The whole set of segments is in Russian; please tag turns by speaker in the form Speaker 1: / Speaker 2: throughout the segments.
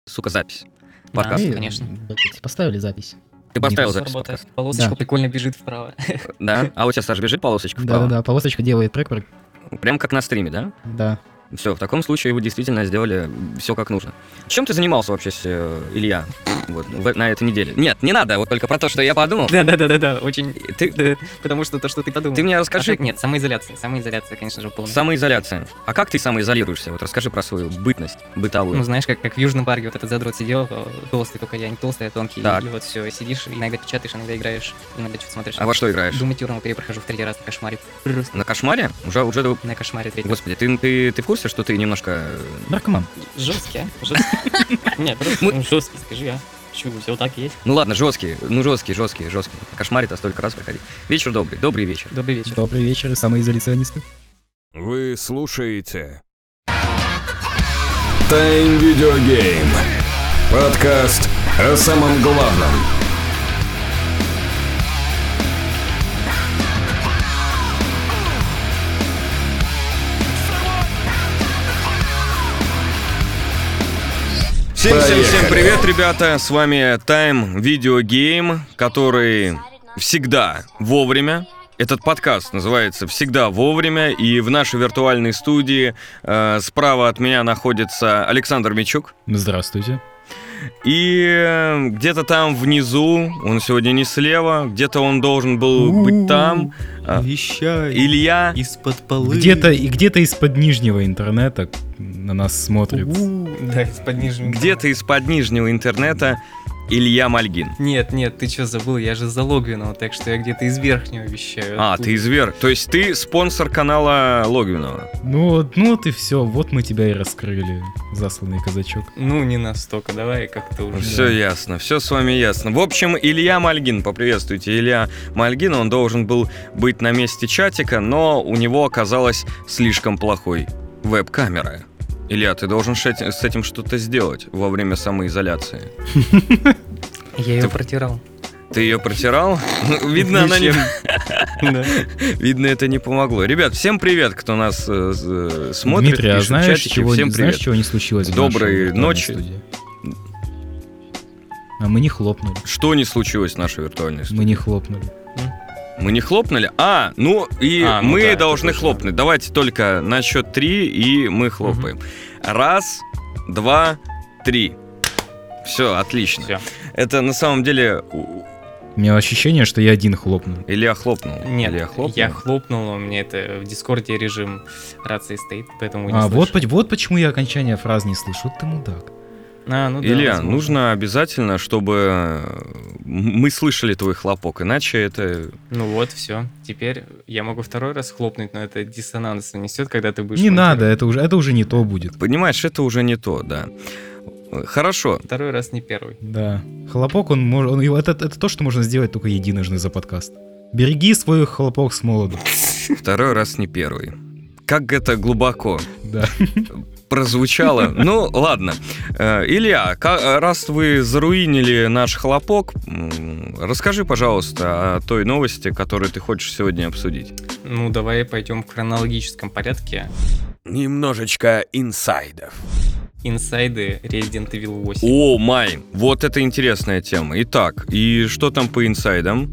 Speaker 1: сука, запись.
Speaker 2: Да,
Speaker 1: Подкаст.
Speaker 2: конечно.
Speaker 3: Поставили запись.
Speaker 1: Ты поставил
Speaker 2: Всё
Speaker 1: запись
Speaker 2: работает.
Speaker 1: подкаста?
Speaker 2: Полосочка
Speaker 3: Да.
Speaker 2: прикольно бежит вправо.
Speaker 1: Да? А у тебя, Саша, бежит полосочка вправо?
Speaker 3: Да-да-да, полосочка делает трек.
Speaker 1: Прям как на стриме, да?
Speaker 3: Да.
Speaker 1: Все, в таком случае вы действительно сделали все как нужно. Чем ты занимался вообще, Илья, вот, на этой неделе? Нет, не надо, вот только про то, что я подумал.
Speaker 2: Да, очень.
Speaker 1: Ты-
Speaker 2: Потому что то, что ты подумал.
Speaker 1: Ты мне расскажи.
Speaker 2: Нет, самоизоляция. Самоизоляция, конечно же, полная.
Speaker 1: Самоизоляция. А как ты самоизолируешься? Вот расскажи про свою бытность бытовую.
Speaker 2: Ну, знаешь, как в Южном парке вот этот задрот сидел, толстый, только я не толстый, а тонкий.
Speaker 1: Так.
Speaker 2: И вот все, сидишь, иногда печатаешь, иногда играешь, иногда что-то смотришь.
Speaker 1: А во что играешь?
Speaker 2: Думаю, Eternal перепрохожу в 3 раз на кошмаре. Просто
Speaker 1: На кошмаре? Уже...
Speaker 2: на кошмаре 3.
Speaker 1: Господи, ты в курсе, что ты немножко...
Speaker 3: Наркоман.
Speaker 2: Жесткий, а? Жесткий. Нет, просто жесткий, скажи, а? Почему? Все так и есть.
Speaker 1: Ну ладно, жесткий. Кошмарит, а столько раз проходить. Вечер добрый вечер.
Speaker 2: Добрый вечер.
Speaker 3: Добрый вечер, самоизоляционисты.
Speaker 4: Вы слушаете Time Video Game. Подкаст о самом главном.
Speaker 1: Всем
Speaker 4: Поехали.
Speaker 1: привет, ребята! С вами Time Video Game, который всегда вовремя. Этот подкаст называется «Всегда вовремя», и в нашей виртуальной студии справа от меня находится Александр Мичук.
Speaker 3: Здравствуйте.
Speaker 1: И где-то там внизу, он сегодня не слева, где-то он должен был быть там.
Speaker 5: Вещай
Speaker 1: Илья.
Speaker 5: из-под полы.
Speaker 3: Где-то из-под нижнего интернета на нас смотрит.
Speaker 2: Да, из-под нижнего.
Speaker 1: Где-то из-под нижнего интернета Илья Мальгин.
Speaker 2: Нет, ты что забыл? Я же за Логвинова, так что я где-то из верхнего вещаю.
Speaker 1: А,
Speaker 2: оттуда.
Speaker 1: ты изверг. То есть ты спонсор канала Логвинова.
Speaker 3: Ну вот и все. Вот мы тебя и раскрыли, засланный казачок.
Speaker 2: Ну, не настолько, давай как-то уже.
Speaker 1: Все ясно, все с вами ясно. В общем, Илья Мальгин, поприветствуйте. Илья Мальгин, он должен был быть на месте чатика, но у него оказалась слишком плохой веб-камера. Илья, ты должен с этим что-то сделать во время самоизоляции.
Speaker 2: Я ее протирал.
Speaker 1: Ты ее протирал? Видно, она не...
Speaker 2: Да.
Speaker 1: Видно, это не помогло. Ребят, всем привет, кто нас смотрит.
Speaker 3: Дмитрий, а
Speaker 1: пишет в
Speaker 3: знаешь,
Speaker 1: чатике.
Speaker 3: чего
Speaker 1: Всем привет.
Speaker 3: не случилось в
Speaker 1: Доброй
Speaker 3: нашей виртуальной
Speaker 1: ночи.
Speaker 3: студии? А мы не хлопнули.
Speaker 1: Что не случилось в нашей виртуальной студии?
Speaker 3: Мы не хлопнули.
Speaker 1: Мы не хлопнули? Мы
Speaker 2: да,
Speaker 1: должны
Speaker 2: это точно.
Speaker 1: хлопнуть. Давайте только на счет 3, и мы хлопаем. 1, 2, 3. Все, отлично.
Speaker 2: Всё.
Speaker 1: Это на самом деле
Speaker 3: У меня ощущение, что я один хлопнул.
Speaker 1: Илья хлопнул.
Speaker 2: Нет,
Speaker 1: Илья хлопнул.
Speaker 2: я хлопнул, у меня это в Дискорде режим рации стоит, поэтому не
Speaker 3: А,
Speaker 2: слышу.
Speaker 3: вот почему я окончание фраз не слышу. Вот ты мудак.
Speaker 2: Ну да,
Speaker 1: Илья,
Speaker 2: возможно.
Speaker 1: нужно обязательно, чтобы мы слышали твой хлопок, иначе это...
Speaker 2: Ну вот, все. Теперь я могу второй раз хлопнуть, но это диссонанс нанесет, когда ты будешь
Speaker 3: Не надо,
Speaker 2: монтировать.
Speaker 3: это уже не то будет.
Speaker 1: Понимаешь, это уже не то, да. Хорошо.
Speaker 2: Второй раз не первый.
Speaker 3: Да. Хлопок, это то, что можно сделать только единожды за подкаст. Береги свой хлопок с молоду.
Speaker 1: Второй раз не первый. Как это глубоко
Speaker 3: Да.
Speaker 1: прозвучало. Ну, ладно. Илья, раз вы заруинили наш хлопок, расскажи, пожалуйста, о той новости, которую ты хочешь сегодня обсудить.
Speaker 2: Ну, давай пойдем в хронологическом порядке.
Speaker 4: Немножечко инсайдов.
Speaker 2: Инсайды Resident Evil 8.
Speaker 1: О, май, вот это интересная тема. Итак, и что там по инсайдам?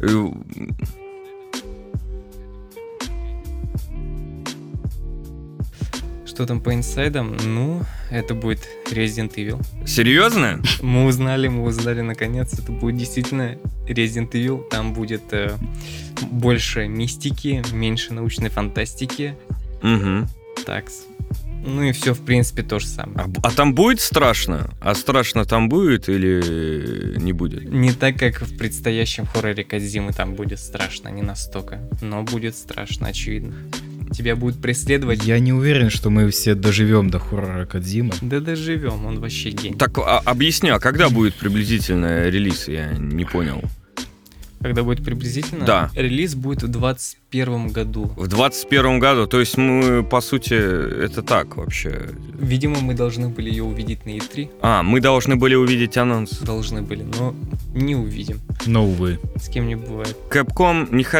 Speaker 2: Что там по инсайдам? Ну, это будет Resident Evil.
Speaker 1: Серьезно?
Speaker 2: Мы узнали наконец, это будет действительно Resident Evil. Там будет больше мистики, меньше научной фантастики.
Speaker 1: Угу.
Speaker 2: Так, ну и все, в принципе, то же самое.
Speaker 1: А там будет страшно? А страшно там будет или не будет?
Speaker 2: Не так, как в предстоящем хорроре Кодзимы там будет страшно, не настолько. Но будет страшно, очевидно. Тебя будут преследовать.
Speaker 3: Я не уверен, что мы все доживем до хоррора Кодзимы.
Speaker 2: Да доживем, он вообще гений.
Speaker 1: Так, объясни, а когда будет приблизительно релиз? Я не понял.
Speaker 2: Когда будет приблизительно?
Speaker 1: Да.
Speaker 2: Релиз будет в 2021 году.
Speaker 1: В 2021 году, то есть мы, по сути, это так вообще.
Speaker 2: Видимо, мы должны были ее увидеть на E3.
Speaker 1: Мы должны были увидеть анонс.
Speaker 2: Должны были, но не увидим.
Speaker 3: Но, увы.
Speaker 2: С кем не бывает.
Speaker 1: Capcom не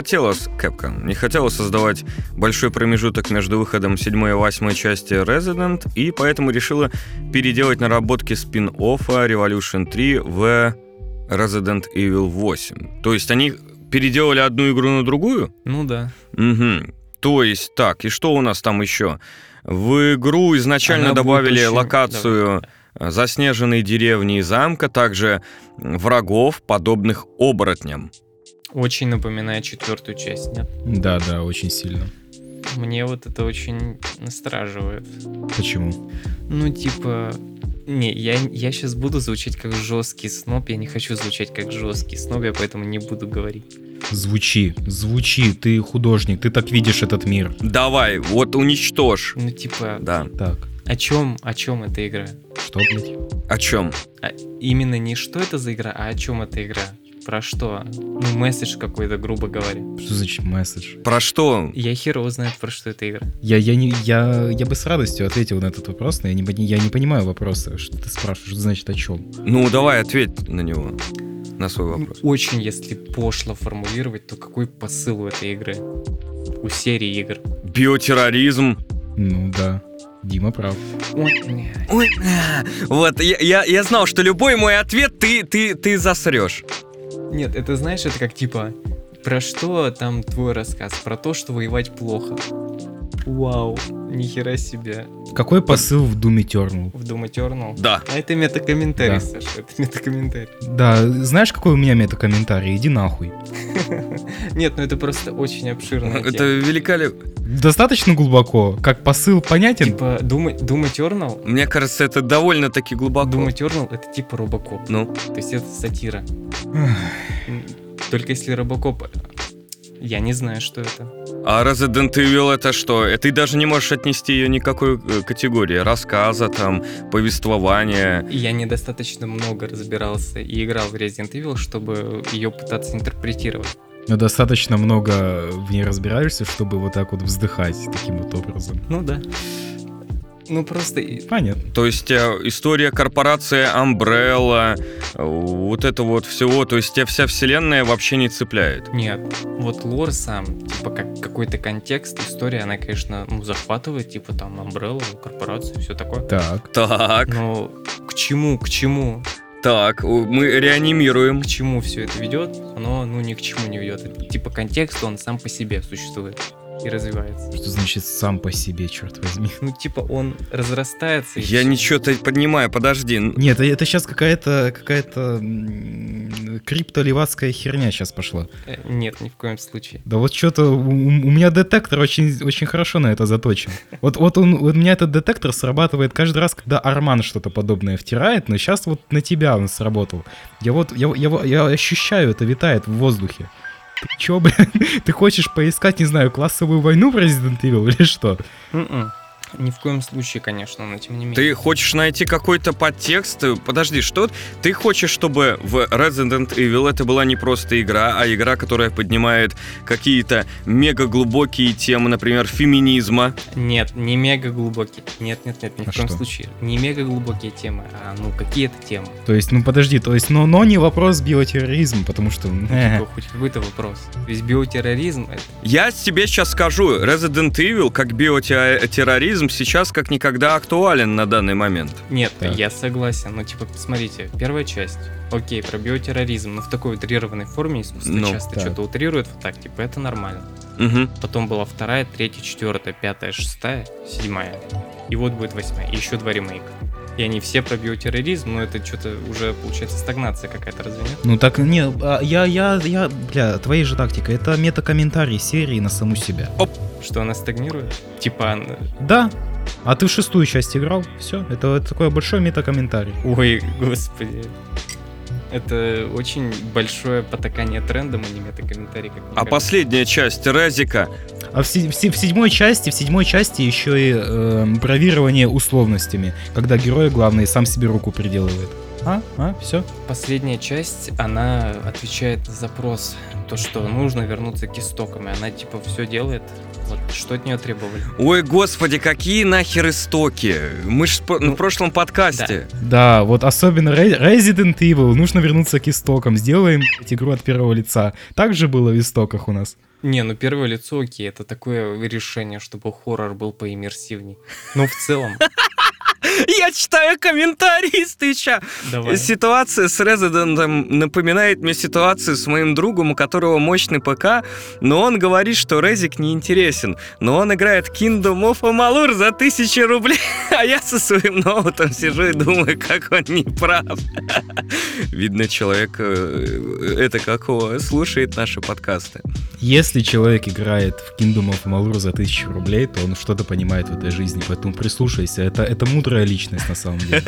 Speaker 1: хотела создавать большой промежуток между выходом 7 и 8 части Resident, и поэтому решила переделать наработки спин-оффа Revolution 3 в Resident Evil 8. То есть они переделали одну игру на другую?
Speaker 2: Ну да.
Speaker 1: Угу. То есть, так, и что у нас там еще? В игру изначально
Speaker 2: Она
Speaker 1: добавили
Speaker 2: будет очень-
Speaker 1: локацию заснеженной деревни и замка, также врагов, подобных оборотням.
Speaker 2: Очень напоминает 4-ю часть, нет?
Speaker 3: Да, очень сильно.
Speaker 2: Мне вот это очень настораживает.
Speaker 3: Почему?
Speaker 2: Ну, типа... Не, я сейчас буду звучать как жесткий сноб, я не хочу звучать как жесткий сноб, я поэтому не буду говорить.
Speaker 3: Звучи, ты художник, ты так видишь этот мир.
Speaker 1: Давай, вот уничтожь.
Speaker 2: Ну, типа,
Speaker 1: Да.
Speaker 3: Так,
Speaker 2: о чем эта игра?
Speaker 3: что, блядь?
Speaker 1: О чем?
Speaker 2: Именно не что это за игра, а о чем эта игра? Про что? Ну, месседж какой-то, грубо говоря.
Speaker 3: Что значит месседж?
Speaker 1: Про что?
Speaker 2: Я хер его знает, про что эта игра.
Speaker 3: Я бы с радостью ответил на этот вопрос, но я не понимаю вопроса. Что ты спрашиваешь, что значит о чем?
Speaker 1: Ну, давай, ответь на него, на свой вопрос.
Speaker 2: Очень, если пошло формулировать, то какой посыл у этой игры? У серии игр.
Speaker 1: Биотерроризм.
Speaker 3: Ну да, Дима прав.
Speaker 2: Ой, блядь.
Speaker 1: Ой, вот, я знал, что любой мой ответ ты засрешь.
Speaker 2: Нет, это знаешь, это как типа, про что там твой рассказ? Про то, что воевать плохо. Вау, нихера себе.
Speaker 3: Какой посыл в Doom Eternal?
Speaker 2: В Doom Eternal.
Speaker 1: Да.
Speaker 2: А это метакомментарий,
Speaker 3: Да.
Speaker 2: Саша, это метакомментарий.
Speaker 3: Да, знаешь, какой у меня метакомментарий? Иди нахуй.
Speaker 2: Нет, ну это просто очень обширно.
Speaker 1: Это великолепно.
Speaker 3: Достаточно глубоко? Как посыл понятен?
Speaker 2: Типа Doom Eternal,
Speaker 1: Мне кажется, это довольно-таки глубоко.
Speaker 2: Doom Eternal это типа Робокоп.
Speaker 1: Ну,
Speaker 2: То есть это сатира. Только если Робокоп... Я не знаю, что это.
Speaker 1: а Resident Evil это что? Ты даже не можешь отнести ее никакой категории. Рассказа, там, повествования.
Speaker 2: И я недостаточно много разбирался и играл в Resident Evil, чтобы ее пытаться интерпретировать.
Speaker 3: Но достаточно много в ней разбираешься, чтобы вот так вот вздыхать таким вот образом.
Speaker 2: Ну да. Ну просто...
Speaker 3: Понятно.
Speaker 1: То есть история корпорации Umbrella, вот это вот всего, то есть тебя вся вселенная вообще не цепляет.
Speaker 2: Нет, вот лор сам, типа как какой-то контекст, история, она, конечно, ну, захватывает, типа там Umbrella, корпорацию, все такое.
Speaker 3: Так.
Speaker 1: Так,
Speaker 2: Но к чему
Speaker 1: так, мы реанимируем.
Speaker 2: все это ведет, оно, ну, ни к чему не ведет. Это, типа контекст, он сам по себе существует и развивается.
Speaker 3: Что значит сам по себе, черт возьми?
Speaker 2: Ну, типа он разрастается. и
Speaker 1: Я
Speaker 2: всё.
Speaker 1: ничего-то понимаю, подожди.
Speaker 3: Нет, это сейчас какая-то криптоливатская херня сейчас пошла.
Speaker 2: Нет, ни в коем случае.
Speaker 3: Да вот что-то у меня детектор очень, очень хорошо на это заточен. Вот у меня этот детектор срабатывает каждый раз, когда Арман что-то подобное втирает, но сейчас вот на тебя он сработал. Я ощущаю, это витает в воздухе. Ты чё, блин? Ты хочешь поискать, не знаю, классовую войну в Resident Evil или что?
Speaker 2: Ни в коем случае, конечно, но тем не менее.
Speaker 1: Ты хочешь найти какой-то подтекст? Подожди, что? Ты хочешь, чтобы в Resident Evil это была не просто игра, а игра, которая поднимает какие-то мега глубокие темы, например, феминизма?
Speaker 2: Нет, не мега глубокие. Нет, ни в коем
Speaker 3: что?
Speaker 2: случае. Не мега глубокие темы, а ну какие-то темы.
Speaker 3: То есть, ну подожди, то есть, но не вопрос биотерроризма, потому что...
Speaker 2: Типа, хоть какой-то вопрос. То есть биотерроризм это...
Speaker 1: Я тебе сейчас скажу, Resident Evil как биотерроризм сейчас как никогда актуален на данный момент.
Speaker 2: Нет,
Speaker 3: Так.
Speaker 2: я согласен. Ну, типа, смотрите, первая часть. Окей, про биотерроризм, но в такой утрированной форме искусство
Speaker 1: Ну,
Speaker 2: часто
Speaker 3: так.
Speaker 2: что-то утрирует. Так, типа, это нормально.
Speaker 1: Угу.
Speaker 2: Потом была 2, 3, 4, 5, 6, 7. И вот будет 8. И еще 2 ремейка. И они все про биотерроризм, но это что-то уже, получается, стагнация какая-то, разве нет?
Speaker 3: Ну так, не, бля, твоя же тактика, это метакомментарий серии на саму себя.
Speaker 2: Что она стагнирует? Типа,
Speaker 3: Да, а ты в 6-ю часть играл, все, это такой большой метакомментарий.
Speaker 2: ой, господи. Это очень большое потакание трендом, а не метакомментарий. Как мне
Speaker 1: А
Speaker 2: кажется.
Speaker 1: последняя часть Резика.
Speaker 3: А в 7-й части еще и бравирование условностями, когда герой главный сам себе руку приделывает. Все.
Speaker 2: Последняя часть, она отвечает на запрос, то, что нужно вернуться к истокам, и она типа все делает, вот что от нее требовали.
Speaker 1: Ой, господи, какие нахер истоки? Мы ж в прошлом подкасте.
Speaker 3: Да, вот особенно Resident Evil, нужно вернуться к истокам, сделаем игру от первого лица. Так же было в истоках у нас.
Speaker 2: Не, ну первое лицо, окей, это такое решение, чтобы хоррор был поиммерсивней. Но в целом,
Speaker 1: Я читаю комментарии с Твича.
Speaker 2: давай.
Speaker 1: Ситуация с Резидентом напоминает мне ситуацию с моим другом, у которого мощный ПК, но он говорит, что Резик не интересен. Но он играет Kingdom of Amalur за 1000 рублей, а я со своим ноутом сижу и думаю, как он не прав. Видно, человек это какого слушает наши подкасты.
Speaker 3: Если человек играет в Kingdom of Amalur за 1000 рублей, то он что-то понимает в этой жизни, поэтому прислушайся. Это мудрая личность на самом деле.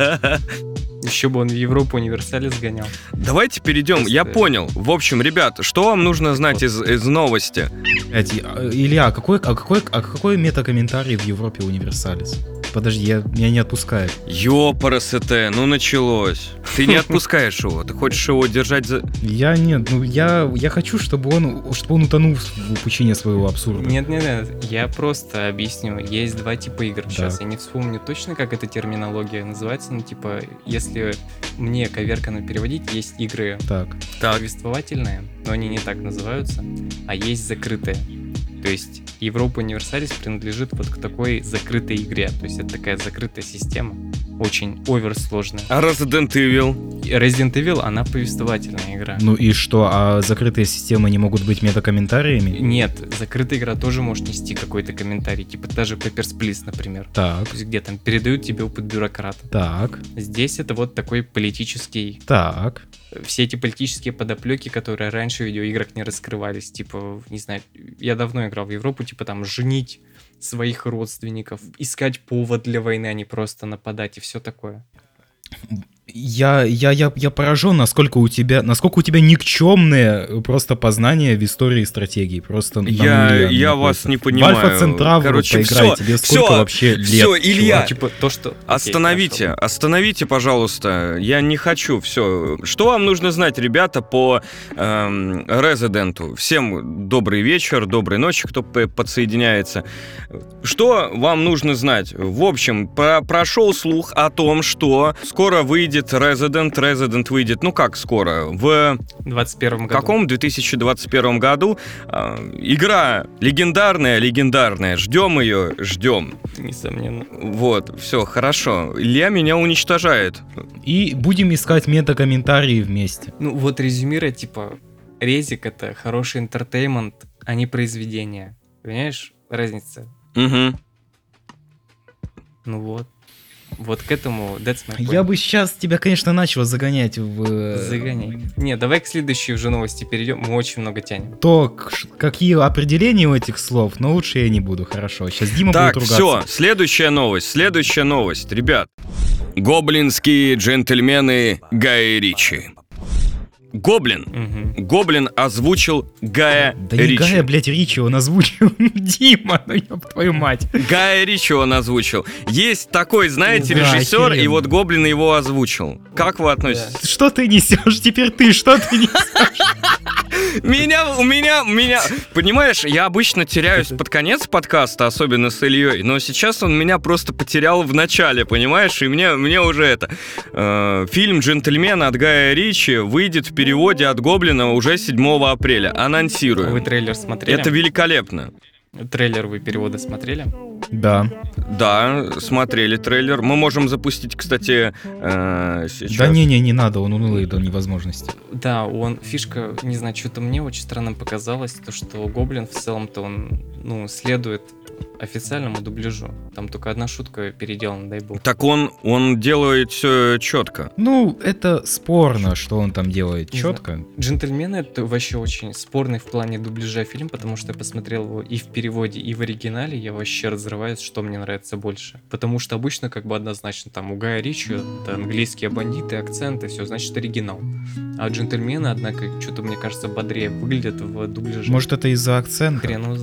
Speaker 2: Еще бы он в Европу универсале сгонял.
Speaker 1: Давайте перейдем. Я понял. В общем, ребят, что вам нужно знать из новости?
Speaker 3: Блядь, Илья, а какой метакомментарий в Европе универсалис? Подожди, меня не отпускает.
Speaker 1: Ёпарасете, ну началось. Ты не отпускаешь его, ты хочешь его держать за...
Speaker 3: Я хочу, чтобы он утонул в пучине своего абсурда.
Speaker 2: Нет, я просто объясню. Есть два типа игр. Сейчас я не вспомню точно, как эта терминология называется, но типа, если мне коверканно переводить, есть игры
Speaker 3: Так.
Speaker 2: повествовательные, но они не так называются, а есть закрытые. То есть Европа Универсалис принадлежит вот к такой закрытой игре. То есть это такая закрытая система, очень оверсложная.
Speaker 1: А Resident Evil?
Speaker 2: Resident Evil, она повествовательная игра.
Speaker 3: Ну и что, а закрытые системы не могут быть метакомментариями?
Speaker 2: Нет, закрытая игра тоже может нести какой-то комментарий, типа даже Papers, Please, например.
Speaker 3: Так,
Speaker 2: То есть где там передают тебе опыт бюрократа.
Speaker 3: так,
Speaker 2: Здесь это вот такой политический...
Speaker 3: так.
Speaker 2: Все эти политические подоплеки, которые раньше в видеоиграх не раскрывались, типа, не знаю, я давно играл в Европу, типа там женить своих родственников, искать повод для войны, а не просто нападать и все такое.
Speaker 3: Я поражен, насколько у тебя никчемные просто познания в истории и стратегии. Просто на нуле
Speaker 1: Я вас
Speaker 3: находится.
Speaker 1: не понимаю.
Speaker 3: В Альфа Центавру
Speaker 1: Короче,
Speaker 3: поиграй,
Speaker 1: всё,
Speaker 3: тебе сколько
Speaker 1: всё,
Speaker 3: вообще лет?
Speaker 1: всё, Илья,
Speaker 3: чувак?
Speaker 2: Типа то, что...
Speaker 1: Остановите, пожалуйста. Я не хочу. Все. Что вам нужно знать, ребята, по Резиденту? Всем добрый вечер, доброй ночи, кто подсоединяется. Что вам нужно знать? В общем, прошел слух о том, что скоро выйдет Resident выйдет, ну как скоро? В
Speaker 2: 21 году.
Speaker 1: каком 2021 году. Игра легендарная. Ждем ее, ждем.
Speaker 2: Несомненно.
Speaker 1: Вот, все, хорошо. Илья меня уничтожает.
Speaker 3: И будем искать метакомментарии вместе.
Speaker 2: Ну вот резюмировать, типа, Резик — это хороший интертеймент, а не произведение. Понимаешь, разница?
Speaker 1: Угу.
Speaker 2: Ну вот. Вот к этому that's my point.
Speaker 3: Я бы сейчас тебя, конечно, начал загонять в...
Speaker 2: Загоняй. Не, давай к следующей уже новости перейдем. Мы очень много тянем.
Speaker 3: Какие определения у этих слов, но лучше я не буду, хорошо. Сейчас Дима
Speaker 1: Так,
Speaker 3: будет ругаться.
Speaker 1: все, следующая новость, ребят. Гоблинские джентльмены Гая Ричи. Гоблин озвучил Гая
Speaker 3: Да не
Speaker 1: Ричи.
Speaker 3: Гая, блядь, Ричи, он озвучил. Дима, ну ёб твою мать.
Speaker 1: Гая Ричи он озвучил. Есть такой, знаете,
Speaker 3: Да,
Speaker 1: режиссер, и
Speaker 3: охеренно.
Speaker 1: вот Гоблин его озвучил. Как вы относитесь?
Speaker 3: Что ты несешь? Теперь ты, что ты несешь?
Speaker 1: У меня, понимаешь, я обычно теряюсь под конец подкаста, особенно с Ильей, но сейчас он меня просто потерял в начале, понимаешь, и мне уже фильм «Джентльмен» от Гая Ричи выйдет в переводе от Гоблина уже 7 апреля, анонсирую.
Speaker 2: Вы трейлер смотрели?
Speaker 1: Это великолепно.
Speaker 2: Трейлер вы перевода смотрели?
Speaker 3: Да.
Speaker 1: Да, смотрели трейлер. Мы можем запустить, кстати, сейчас.
Speaker 3: Да не надо, он унылый до невозможности.
Speaker 2: Да, фишка, не знаю, что-то мне очень странным показалось, то, что Гоблин в целом-то он, следует официальному дубляжу. Там только одна шутка переделана, дай бог.
Speaker 1: Так он делает все четко.
Speaker 3: Ну, это спорно, что он там делает
Speaker 2: Не
Speaker 3: четко.
Speaker 2: «Джентльмены» — это вообще очень спорный в плане дубляжа фильм, потому что я посмотрел его и в переводе, и в оригинале, я вообще разрываюсь, что мне нравится больше. Потому что обычно как бы однозначно там у Гая Ричи это английские бандиты, акценты, все, значит оригинал. А «Джентльмены», однако, что-то, мне кажется, бодрее выглядят в дубляже.
Speaker 3: Может, это из-за акцента?
Speaker 2: Хрен его знает.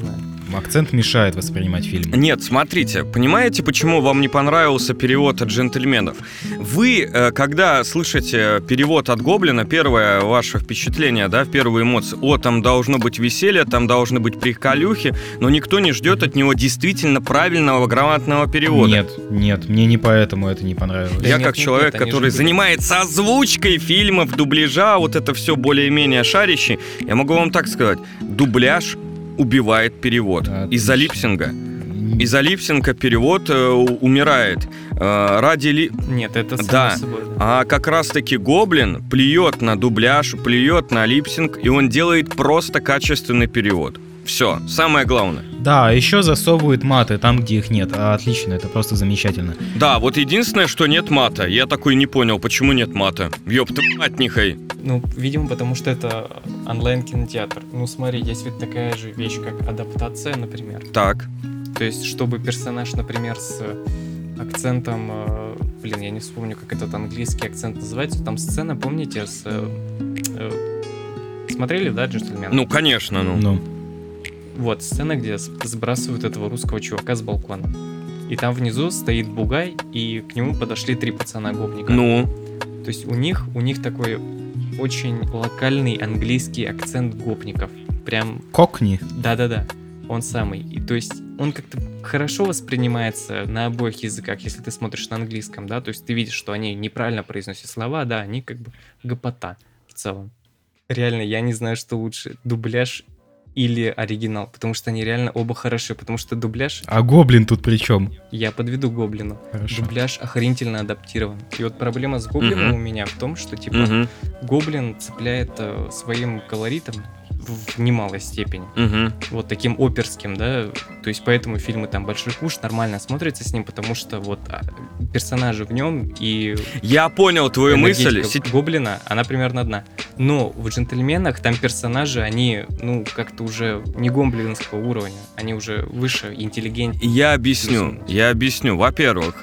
Speaker 3: Акцент мешает воспринимать фильм.
Speaker 1: Нет, смотрите, понимаете, почему вам не понравился перевод от «Джентльменов»? Вы, когда слышите перевод от Гоблина, первое ваше впечатление, да, первые эмоции, там должно быть веселье, там должны быть приколюхи, но никто не ждет от него действительно правильного, грамотного перевода.
Speaker 3: Нет, мне не поэтому это не понравилось.
Speaker 1: Я
Speaker 2: нет,
Speaker 1: как
Speaker 2: нет,
Speaker 1: человек,
Speaker 2: нет, они
Speaker 1: который
Speaker 2: же были-
Speaker 1: занимается озвучкой фильмов, дубляжа, вот это все более-менее шарящий, я могу вам так сказать, дубляж убивает перевод.
Speaker 3: Да,
Speaker 1: Из-за
Speaker 3: отлично.
Speaker 1: липсинга. Из-за липсинга перевод умирает. Ради
Speaker 2: Нет, это само
Speaker 1: Да.
Speaker 2: собой. Да.
Speaker 1: А как раз-таки Гоблин плюет на дубляж, плюет на липсинг, и он делает просто качественный перевод. Все, самое главное.
Speaker 3: Да, а еще засовывают маты там, где их нет. Отлично, это просто замечательно.
Speaker 1: Да, вот единственное, что нет мата. Я такой не понял, почему нет мата. Ёпта мать, нехай.
Speaker 2: Ну, видимо, потому что это онлайн-кинотеатр. Ну, смотри, есть ведь такая же вещь, как адаптация, например.
Speaker 1: Так.
Speaker 2: То есть, чтобы персонаж, например, с акцентом... я не вспомню, как этот английский акцент называется. Там сцена, помните, смотрели, да, «Джентльмены»?
Speaker 1: Ну, конечно, ну.
Speaker 3: Ну,
Speaker 2: Вот, сцена, где сбрасывают этого русского чувака с балкона. И там внизу стоит бугай, и к нему подошли 3 пацана-гопника.
Speaker 1: Ну,
Speaker 2: То есть у них такой очень локальный английский акцент гопников. Прям,
Speaker 3: кокни.
Speaker 2: да-да-да, он самый. И то есть он как-то хорошо воспринимается на обоих языках, если ты смотришь на английском, да, то есть ты видишь, что они неправильно произносят слова, да, они как бы гопота в целом. Реально, я не знаю, что лучше, дубляж или оригинал, потому что они реально оба хороши, потому что дубляж,
Speaker 3: А Гоблин тут при чем?
Speaker 2: я подведу Гоблину,
Speaker 3: Хорошо.
Speaker 2: дубляж охренительно адаптирован. И вот проблема с Гоблином
Speaker 1: Мгм.
Speaker 2: у меня в том, что типа
Speaker 1: мгм,
Speaker 2: Гоблин цепляет своим колоритом в немалой степени.
Speaker 1: мгм.
Speaker 2: Вот таким оперским, да. То есть поэтому фильмы там «Большой куш» нормально смотрятся с ним, потому что вот персонажи в нем и
Speaker 1: Я понял твою мысль.
Speaker 2: энергетика Гоблина, она примерно одна. Но в «Джентльменах» там персонажи, они, ну, как-то уже не гоблинского уровня. Они уже выше, интеллигентнее.
Speaker 1: Я объясню. Во-первых,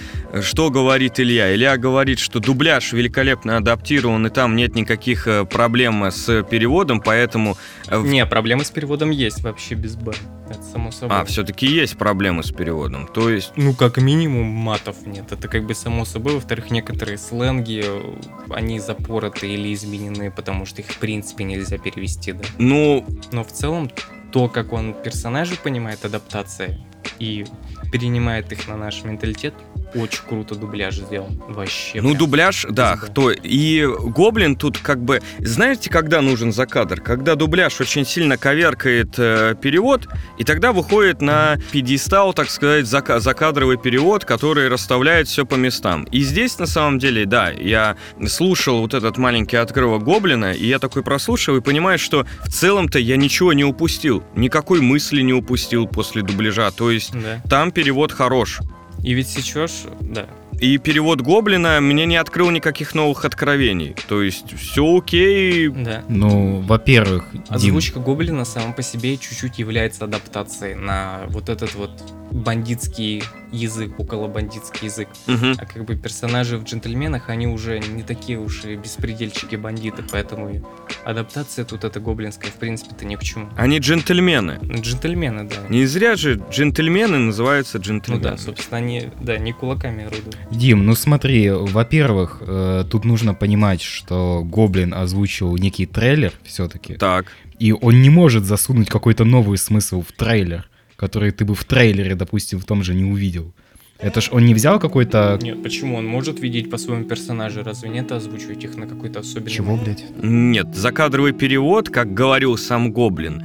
Speaker 1: что говорит Илья? Илья говорит, что дубляж великолепно адаптирован, и там нет никаких проблем с переводом, поэтому...
Speaker 2: Не, проблемы с переводом есть вообще без «б». Это само собой.
Speaker 1: все-таки есть проблемы с переводом. То есть...
Speaker 2: Ну, как минимум, матов нет. Это как бы само собой. Во-вторых, некоторые сленги, они запороты или изменены, потому что их в принципе нельзя перевести, да.
Speaker 1: Ну,
Speaker 2: Но в целом, то, как он персонажей понимает, адаптация, и перенимает их на наш менталитет, очень круто дубляж сделан. Вообще.
Speaker 1: ну
Speaker 2: прям.
Speaker 1: дубляж, да,
Speaker 2: Спасибо.
Speaker 1: кто... И Гоблин тут как бы... Знаете, когда нужен закадр? Когда дубляж очень сильно коверкает перевод, и тогда выходит на пьедестал, так сказать, закадровый перевод, который расставляет все по местам. И здесь, на самом деле, да, я слушал вот этот маленький отрывок Гоблина, и я такой прослушал и понимаю, что в целом-то я ничего не упустил. Никакой мысли не упустил после дубляжа. То есть
Speaker 2: Да.
Speaker 1: там перевод хорош.
Speaker 2: И ведь сейчас, да.
Speaker 1: И перевод Гоблина мне не открыл никаких новых откровений. То есть все окей.
Speaker 2: Да.
Speaker 3: Ну, во-первых, Дим,
Speaker 2: Озвучка Гоблина сама по себе чуть-чуть является адаптацией на вот этот вот бандитский язык, околобандитский язык.
Speaker 1: Мгм.
Speaker 2: А как бы персонажи в «Джентльменах», они уже не такие уж и беспредельщики-бандиты, поэтому и адаптация тут эта гоблинская, в принципе-то ни к чему.
Speaker 1: Они джентльмены.
Speaker 2: Ну, «Джентльмены», да.
Speaker 1: Не зря же джентльмены называются
Speaker 2: Ну
Speaker 1: джентльмены.
Speaker 2: да, собственно, они, да, не кулаками орудуют.
Speaker 3: Дим, ну смотри, во-первых, тут нужно понимать, что Гоблин озвучил некий трейлер все-таки,
Speaker 1: Так.
Speaker 3: и он не может засунуть какой-то новый смысл в трейлер, который ты бы в трейлере, допустим, в том же не увидел. Это ж он не взял какой-то...
Speaker 2: Нет, почему? Он может видеть по своему персонажу, разве нет озвучивать их на какой-то особенный
Speaker 3: Чего,
Speaker 2: момент?
Speaker 3: блядь?
Speaker 1: Нет, закадровый перевод, как говорил сам Гоблин,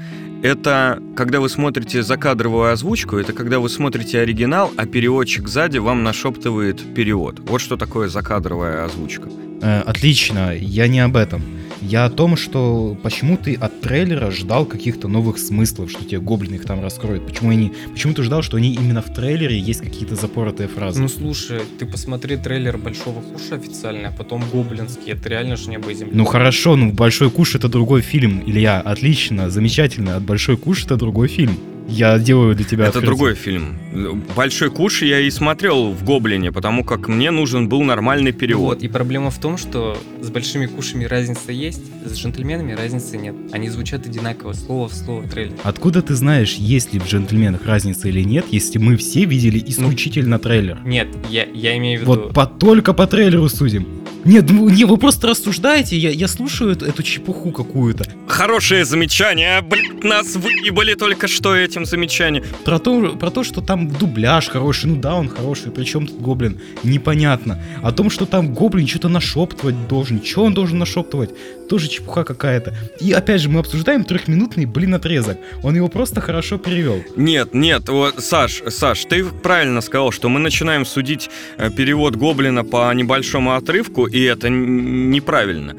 Speaker 1: это когда вы смотрите закадровую озвучку, это когда вы смотрите оригинал, а переводчик сзади вам нашептывает перевод. Вот что такое закадровая озвучка.
Speaker 3: Отлично, я не об этом. Я о том, что почему ты от трейлера ждал каких-то новых смыслов, что тебе гоблины их там раскроют. Почему ты ждал, что они именно в трейлере есть какие-то запоротые фразы?
Speaker 2: Ну слушай, ты посмотри трейлер «Большого куша» официальный, а потом «Гоблинский». Это реально ж небо и земля.
Speaker 3: Ну хорошо, ну «Большой куш» — это другой фильм, Илья, отлично, замечательно. От «Большой куш» — это другой фильм. Я делаю для тебя
Speaker 1: Это
Speaker 3: открытие.
Speaker 1: другой фильм. «Большой куш» я и смотрел в «Гоблине», потому как мне нужен был нормальный перевод.
Speaker 2: Вот, и проблема в том, что с большими кушами разница есть, с джентльменами разницы нет. Они звучат одинаково, слово в слово трейлер.
Speaker 3: Откуда ты знаешь, есть ли в «Джентльменах» разница или нет, если мы все видели исключительно трейлер?
Speaker 2: Нет, я имею в виду...
Speaker 3: Вот только по трейлеру судим. Нет, вы просто рассуждаете, я слушаю эту чепуху какую-то.
Speaker 1: Хорошее замечание, блядь, нас выебали только что этим замечанием.
Speaker 3: Про то, что там дубляж хороший, ну да, он хороший, причем тут гоблин, непонятно. О том, что там гоблин что-то нашептывать должен, что он должен нашептывать, тоже чепуха какая-то. И опять же, мы обсуждаем 3-минутный, отрезок. Он его просто хорошо перевел.
Speaker 1: Нет, вот, Саш, ты правильно сказал, что мы начинаем судить перевод «Гоблина» по небольшому отрывку, и это неправильно.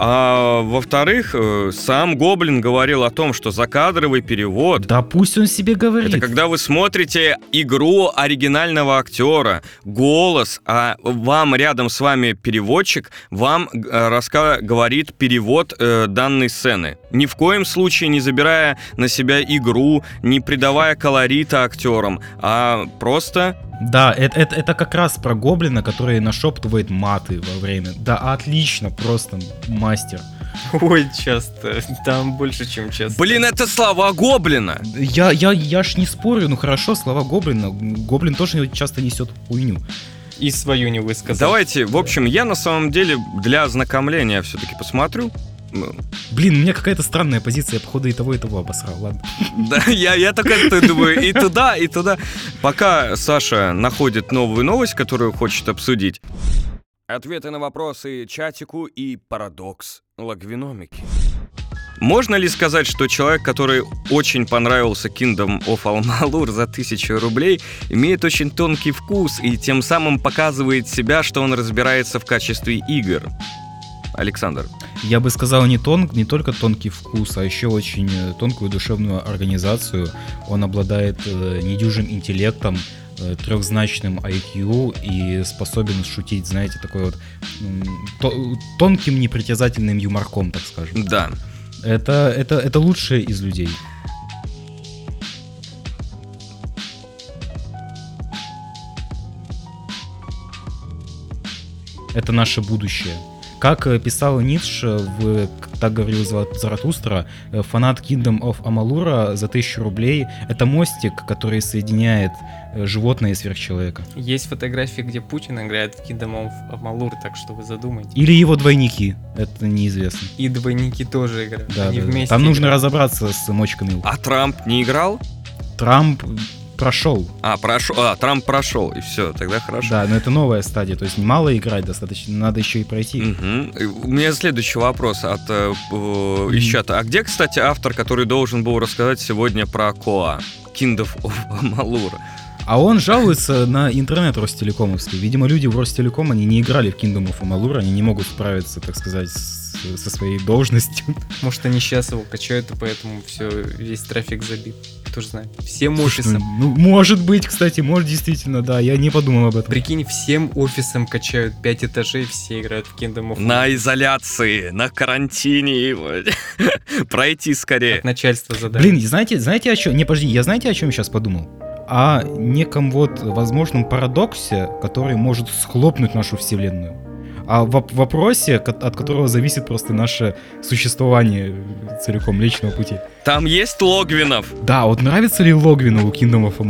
Speaker 1: А во-вторых, сам Гоблин говорил о том, что закадровый перевод...
Speaker 3: Да пусть он себе говорит.
Speaker 1: Это когда вы смотрите игру оригинального актера, голос, а вам рядом с вами переводчик, вам говорит перевод данной сцены. Ни в коем случае не забирая на себя игру, не придавая колорита актерам, а просто...
Speaker 3: Да, это как раз про гоблина, который нашептывает маты во время. Да, отлично, просто мастер.
Speaker 2: Ой, часто. Там больше, чем часто.
Speaker 1: Блин, это слова Гоблина!
Speaker 3: Я ж не спорю, ну хорошо, слова гоблина. Гоблин тоже часто несет хуйню.
Speaker 2: И свою не высказал.
Speaker 1: Давайте, в общем, я на самом деле для ознакомления все-таки посмотрю.
Speaker 3: Блин, у меня какая-то странная позиция, я походу и того обосрал, ладно.
Speaker 1: Да, я только это думаю, и туда, и туда. Пока Саша находит новую новость, которую хочет обсудить. Ответы на вопросы чатику и парадокс логвиномики. Можно ли сказать, что человек, который очень понравился Kingdom of Amalur за 1000 рублей, имеет очень тонкий вкус и тем самым показывает себя, что он разбирается в качестве игр? Александр.
Speaker 3: Я бы сказал, не только тонкий вкус, а еще очень тонкую душевную организацию. Он обладает недюжим интеллектом, трехзначным IQ и способен шутить, знаете, такой вот тонким, непритязательным юморком, так скажем.
Speaker 1: Да.
Speaker 3: Это лучшее из людей. Это наше будущее. Как писал Ницше в «Так говорил Заратустра», фанат Kingdom of Amalur за 1000 рублей — это мостик, который соединяет животное и сверхчеловека.
Speaker 2: Есть фотографии, где Путин играет в Kingdom of Amalur, так что вы задумайтесь.
Speaker 3: Или его двойники, это неизвестно.
Speaker 2: И двойники тоже играют.
Speaker 3: Да,
Speaker 2: Они
Speaker 3: да.
Speaker 2: вместе
Speaker 3: Там нужно
Speaker 2: играют.
Speaker 3: разобраться с мочками.
Speaker 1: А Трамп не играл?
Speaker 3: Трамп прошел.
Speaker 1: Трамп прошел, и все, тогда хорошо.
Speaker 3: Да, но это новая стадия, то есть мало играть достаточно, надо еще и пройти.
Speaker 1: У меня следующий вопрос из чата. А где, кстати, автор, который должен был рассказать сегодня про Коа? Kingdom of Amalur.
Speaker 3: А он жалуется на интернет Ростелекомовский. Видимо, люди в Ростелеком, они не играли в Kingdom of Amalur, они не могут справиться, так сказать, со своей должностью.
Speaker 2: Может, они сейчас его качают, и поэтому весь трафик забит. Кто ж знает. Всем
Speaker 3: Слушай,
Speaker 2: офисам.
Speaker 3: ну, может быть, кстати, может действительно, да, я не подумал об этом.
Speaker 2: Прикинь, всем офисам качают 5 этажей, все играют в Kingdom of Amalur.
Speaker 1: На изоляции, на карантине. Пройти скорее.
Speaker 2: Как начальство задает.
Speaker 3: Блин, знаете о чем? Не, подожди, я знаете, о чем сейчас подумал? О неком вот возможном парадоксе, который может схлопнуть нашу вселенную. О вопросе, от которого зависит просто наше существование целиком личного пути.
Speaker 1: Там есть Логвинов?
Speaker 3: Да, вот нравится ли Логвину у Kingdom of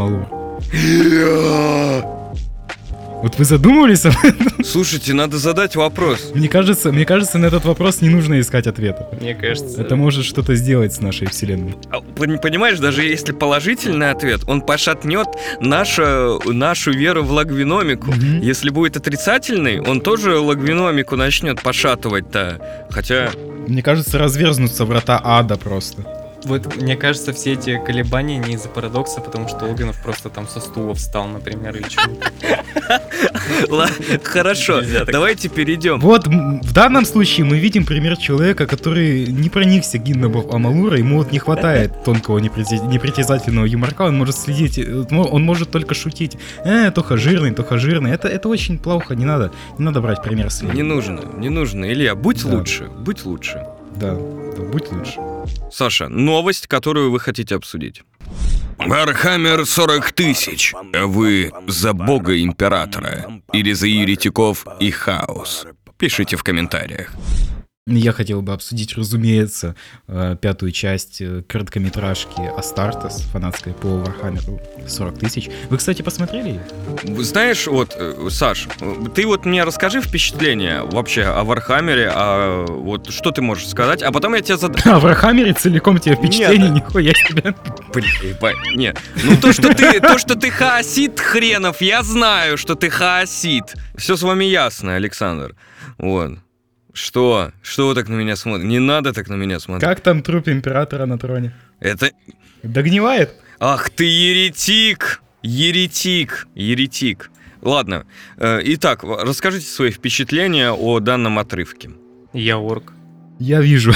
Speaker 3: Amalur? Вот вы задумывались об этом?
Speaker 1: Слушайте, надо задать вопрос.
Speaker 3: Мне кажется, на этот вопрос не нужно искать ответа.
Speaker 2: Мне кажется...
Speaker 3: Это может что-то сделать с нашей вселенной.
Speaker 1: Понимаешь, даже если положительный ответ, он пошатнет нашу веру в логвиномику.
Speaker 3: Мгм.
Speaker 1: Если будет отрицательный, он тоже логвиномику начнет пошатывать-то. Хотя...
Speaker 3: Мне кажется, разверзнутся врата ада просто.
Speaker 2: Вот, мне кажется, все эти колебания не из-за парадокса, потому что Логвинов просто там со стула встал, например, или чего-то.
Speaker 1: Хорошо,
Speaker 2: Нельзя так.
Speaker 1: давайте перейдем.
Speaker 3: Вот в данном случае мы видим пример человека, который не проникся Kingdom of Amalur, ему вот не хватает тонкого непритязательного юморка, он может следить, он может только шутить. Тоха жирный. Это очень плохо, не надо брать пример с
Speaker 1: Не нужно. Илья, будь
Speaker 3: Да.
Speaker 1: лучше.
Speaker 3: Да, будь лучше.
Speaker 1: Саша, новость, которую вы хотите обсудить.
Speaker 4: Вархаммер 40 тысяч. Вы за бога императора или за еретиков и хаос? Пишите в комментариях.
Speaker 3: Я хотел бы обсудить, разумеется, 5-ю часть короткометражки Астартес, фанатской по Вархаммеру 40 тысяч. Вы, кстати, посмотрели ее?
Speaker 1: Знаешь, вот, Саш, ты вот мне расскажи впечатление вообще о Вархаммере, вот что ты можешь сказать, а потом я тебе задам...
Speaker 3: О Вархаммере целиком тебе впечатление, нихуя себе.
Speaker 1: Нет, ну то, что ты хаосит хренов, я знаю, что ты хаосит. Все с вами ясно, Александр. Вот. Что? Что вы так на меня смотрите? Не надо так на меня смотреть.
Speaker 3: Как там труп императора на троне?
Speaker 1: Это...
Speaker 3: Догнивает?
Speaker 1: Ах ты еретик! Еретик. Ладно. Итак, расскажите свои впечатления о данном отрывке.
Speaker 2: Я орк.
Speaker 3: Я вижу.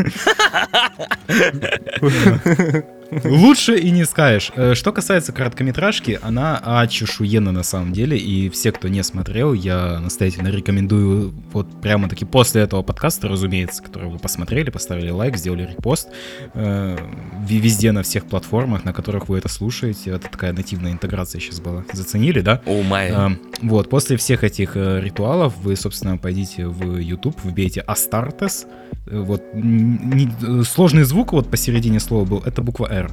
Speaker 3: Лучше и не скажешь. Что касается короткометражки, она очешуенна на самом деле, и все, кто не смотрел, я настоятельно рекомендую вот прямо-таки после этого подкаста, разумеется, который вы посмотрели, поставили лайк, сделали репост, везде на всех платформах, на которых вы это слушаете. Это такая нативная интеграция сейчас была. Заценили, да? Вот, после всех этих ритуалов вы, собственно, пойдите в YouTube, вбейте Астартес. Вот, сложный звук вот посередине слова был, это буква R.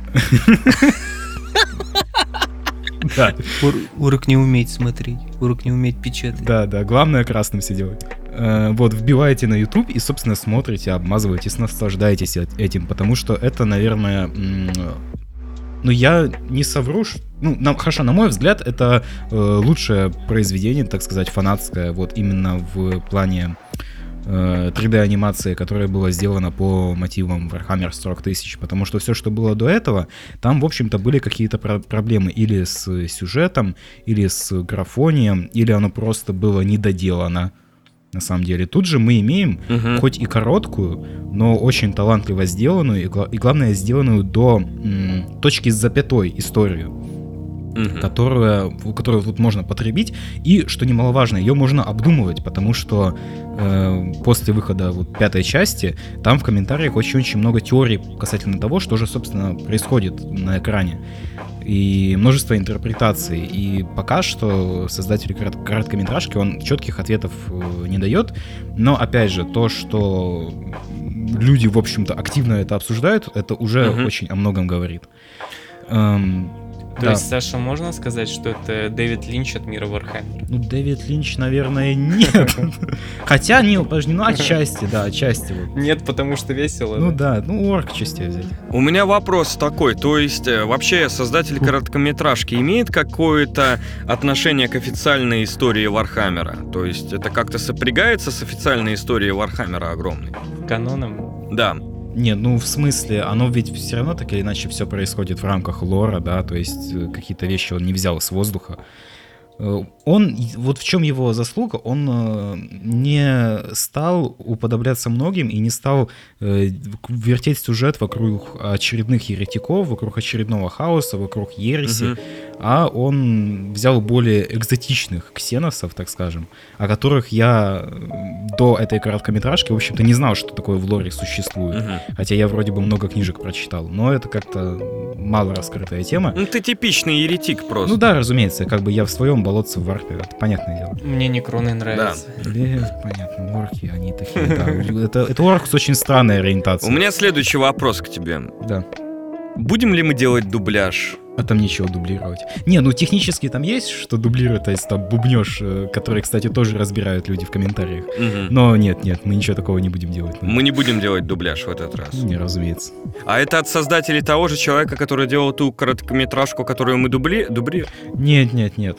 Speaker 3: Да.
Speaker 5: Урок не умеет смотреть, урок не умеет печатать.
Speaker 3: Да, главное красным все делать. Вот, вбиваете на YouTube и, собственно, смотрите, обмазываетесь, наслаждаетесь этим, потому что это, наверное, ну, я не совру, хорошо, на мой взгляд, это лучшее произведение, так сказать, фанатское, вот именно в плане 3D-анимации, которая была сделана по мотивам Warhammer 40 тысяч, потому что все, что было до этого, там, в общем-то, были какие-то проблемы или с сюжетом, или с графонием, или оно просто было недоделано, на самом деле. Тут же мы имеем, хоть и короткую, но очень талантливо сделанную, и главное, сделанную до точки с запятой историю, которую тут можно потребить, и, что немаловажно, ее можно обдумывать, потому что после выхода вот 5-й части там в комментариях очень-очень много теорий касательно того, что же, собственно, происходит на экране, и множество интерпретаций, и пока что создатель короткометражки, он четких ответов не дает, но, опять же, то, что люди, в общем-то, активно это обсуждают, это уже очень о многом говорит.
Speaker 2: То есть, Саша, можно сказать, что это Дэвид Линч от мира Вархаммера?
Speaker 3: Ну, Дэвид Линч, наверное, нет. Хотя, подожди, отчасти, да, отчасти.
Speaker 2: Нет, потому что весело.
Speaker 3: Ну да, орк частей взять.
Speaker 1: У меня вопрос такой, то есть вообще создатель короткометражки имеет какое-то отношение к официальной истории Вархаммера? То есть это как-то сопрягается с официальной историей Вархаммера огромной?
Speaker 2: Каноном?
Speaker 1: Да.
Speaker 3: Не, в смысле, оно ведь все равно так или иначе все происходит в рамках лора, да, то есть какие-то вещи он не взял с воздуха. Он, вот в чем его заслуга, он не стал уподобляться многим и не стал вертеть сюжет вокруг очередных еретиков, вокруг очередного хаоса, вокруг ереси, а он взял более экзотичных ксеносов, так скажем, о которых я до этой короткометражки, в общем-то, не знал, что такое в лоре существует. Хотя я вроде бы много книжек прочитал, но это как-то мало раскрытая тема.
Speaker 1: Ну, ты типичный еретик просто.
Speaker 3: Ну да, разумеется, как бы я в своем болотце в варпе, это понятное дело.
Speaker 2: Мне некроны нравятся.
Speaker 3: Понятно, орки, они такие, да. Это орк с очень странной ориентацией.
Speaker 1: У меня следующий вопрос к тебе.
Speaker 3: Да.
Speaker 1: Будем ли мы делать дубляж?
Speaker 3: А там нечего дублировать. Не, технически там есть, что дублирует, то есть там бубнёж, который, кстати, тоже разбирают люди в комментариях. Но нет, мы ничего такого не будем делать.
Speaker 1: Мы не будем делать дубляж в этот раз.
Speaker 3: Не, разумеется.
Speaker 1: А это от создателей того же человека, который делал ту короткометражку, которую мы дублируем?
Speaker 3: Нет.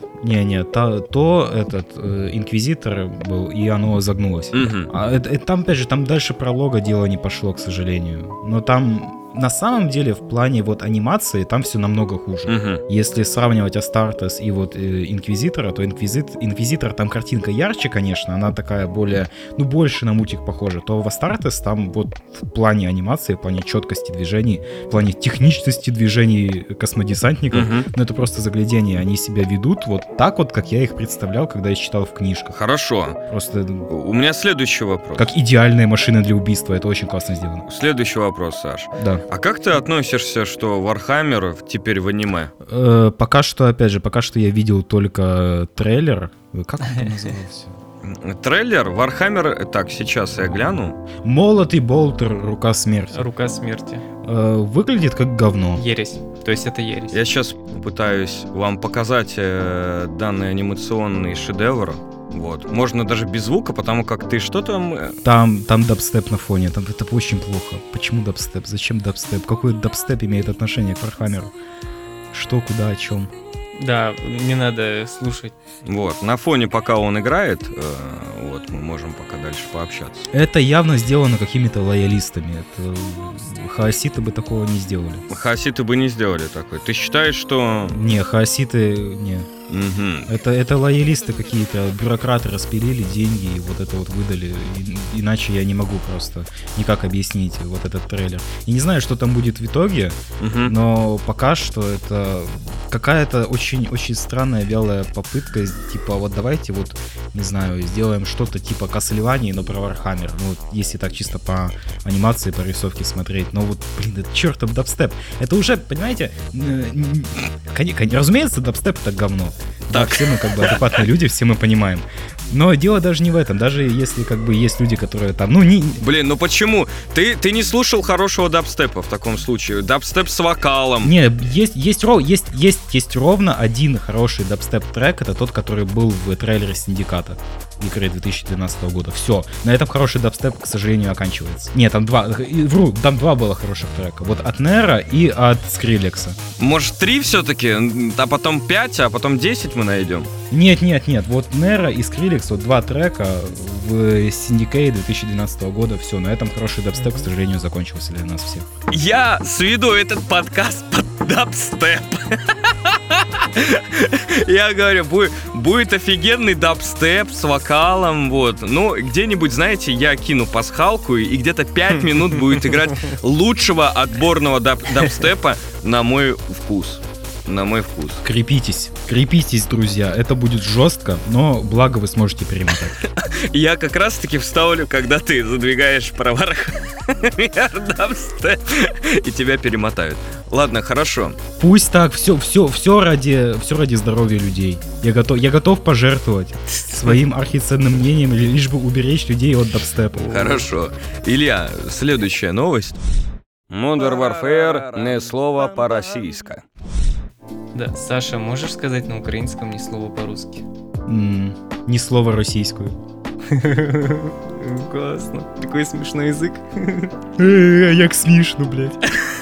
Speaker 3: Этот инквизитор был, и оно загнулось. Там, опять же, там дальше пролога дело не пошло, к сожалению. Но там... На самом деле, в плане вот анимации там все намного хуже. Если сравнивать Астартес и вот Инквизитора, то Инквизитор там картинка ярче, конечно, она такая более, больше на мультик похожа. То в Астартес там вот в плане анимации, в плане четкости движений, в плане техничности движений космодесантников, это просто заглядение. Они себя ведут вот так вот, как я их представлял, когда я читал в книжках.
Speaker 1: Хорошо.
Speaker 3: Просто...
Speaker 1: У меня следующий вопрос.
Speaker 3: Как идеальная машина для убийства, это очень классно сделано.
Speaker 1: Следующий вопрос, Саш.
Speaker 3: Да.
Speaker 1: А как ты относишься, что Вархаммер теперь в аниме?
Speaker 3: Пока что, опять же, я видел только трейлер. Как он там назывался?
Speaker 1: Трейлер Вархаммер... Так, сейчас я гляну.
Speaker 3: Молот и болтер, рука смерти.
Speaker 2: Рука смерти.
Speaker 3: Выглядит как говно.
Speaker 2: Ересь. То есть это ересь.
Speaker 1: Я сейчас пытаюсь вам показать данный анимационный шедевр. Вот. Можно даже без звука, потому как ты что там...
Speaker 3: Там дабстеп на фоне, там это очень плохо. Почему дабстеп? Зачем дабстеп? Какой дабстеп имеет отношение к Вархаммеру? Что, куда, о чем?
Speaker 2: Да, не надо слушать.
Speaker 1: Вот. На фоне, пока он играет, вот, мы можем пока дальше пообщаться.
Speaker 3: Это явно сделано какими-то лоялистами. Это... Хаоситы бы такого не сделали.
Speaker 1: Хаоситы бы не сделали такой. Ты считаешь, что...
Speaker 3: Не, хаоситы... Не.
Speaker 1: Угу.
Speaker 3: Это лоялисты какие-то, бюрократы распилили деньги и вот это вот выдали. Иначе я не могу просто никак объяснить вот этот трейлер. И не знаю, что там будет в итоге, но пока что это какая-то очень странная, вялая попытка, типа вот давайте вот, не знаю, сделаем что-то типа Castlevania, но про Warhammer. Ну, вот, если так чисто по анимации, по рисовке смотреть. Но вот, блин, это чертов дабстеп. Это уже, понимаете, разумеется, дабстеп это говно. Так. Да, все мы как бы адекватные люди, все мы понимаем. Но дело даже не в этом. Даже если как бы есть люди, которые там, ну не...
Speaker 1: Блин, ну почему? Ты не слушал хорошего дабстепа в таком случае. Дабстеп с вокалом.
Speaker 3: Не, есть ровно один хороший дабстеп-трек. Это тот, который был в трейлере Синдиката игры 2012 года. Все. На этом хороший дабстеп, к сожалению, оканчивается. Нет, там там два было хороших трека. Вот от Нера и от Скрилекса.
Speaker 1: Может 3 все-таки, а потом 5, а потом 10 мы найдем?
Speaker 3: Нет. Вот Нера и Скрилекс, вот 2 трека в Syndicate 2012 года. Все, на этом хороший дабстеп, к сожалению, закончился для нас всех.
Speaker 1: Я сведу этот подкаст под дабстеп. Я говорю, будет офигенный дабстеп с вокалом, вот. Ну, где-нибудь, знаете, я кину пасхалку, и где-то 5 минут будет играть лучшего отборного дабстепа на мой вкус. На мой вкус.
Speaker 3: Крепитесь, друзья. Это будет жестко, но благо вы сможете перемотать.
Speaker 1: Я как раз-таки вставлю, когда ты задвигаешь про Warhammer дабстеп, и тебя перемотают. Ладно, хорошо.
Speaker 3: Пусть так, все ради здоровья людей. Я готов пожертвовать своим архиценным мнением, лишь бы уберечь людей от дабстепа.
Speaker 1: Хорошо. Илья, следующая новость. Modern Warfare не слово по-российски.
Speaker 2: Да, Саша, можешь сказать на украинском ни слова по-русски?
Speaker 3: Ни слова российскую.
Speaker 2: Классно. Такой смешной язык.
Speaker 3: Як смешно, блядь.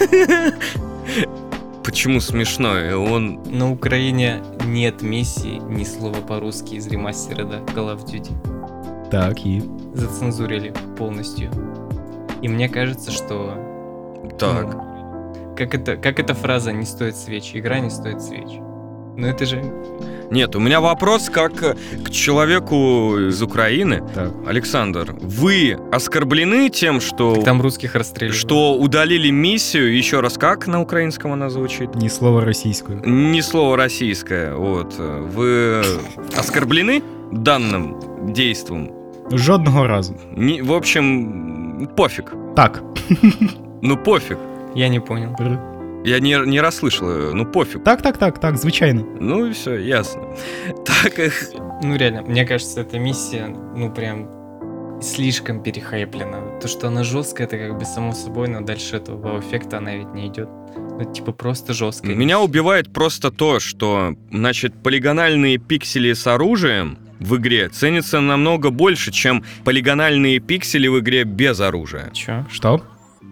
Speaker 1: Почему смешной? Он...
Speaker 2: На Украине нет миссии ни слова по-русски из ремастера Call of Duty.
Speaker 3: Так, и...
Speaker 2: Зацензурили полностью. И мне кажется, что...
Speaker 1: Так.
Speaker 2: Как эта фраза «не стоит свеч», игра не стоит свеч. Ну это же...
Speaker 1: Нет, у меня вопрос как к человеку из Украины.
Speaker 3: Так.
Speaker 1: Александр, вы оскорблены тем, что...
Speaker 2: Там русских расстреливают.
Speaker 1: Что удалили миссию, еще раз, как на украинском она звучит?
Speaker 3: Ни слова российскую.
Speaker 1: Ни слова российское, вот. Вы оскорблены данным действом?
Speaker 3: Жодного разу.
Speaker 1: В общем, пофиг.
Speaker 3: Так.
Speaker 1: Ну пофиг.
Speaker 2: Я не понял.
Speaker 1: Я не расслышал, ну пофиг.
Speaker 3: Так, звичайно.
Speaker 1: Ну и все, ясно. Так их...
Speaker 2: Ну реально, мне кажется, эта миссия, ну прям слишком перехайплена. То, что она жесткая, это как бы само собой, но дальше этого вау-эффекта она ведь не идет. Ну типа просто жесткая.
Speaker 1: Меня убивает просто то, что, значит, полигональные пиксели с оружием в игре ценятся намного больше, чем полигональные пиксели в игре без оружия.
Speaker 2: Чё?
Speaker 3: Что?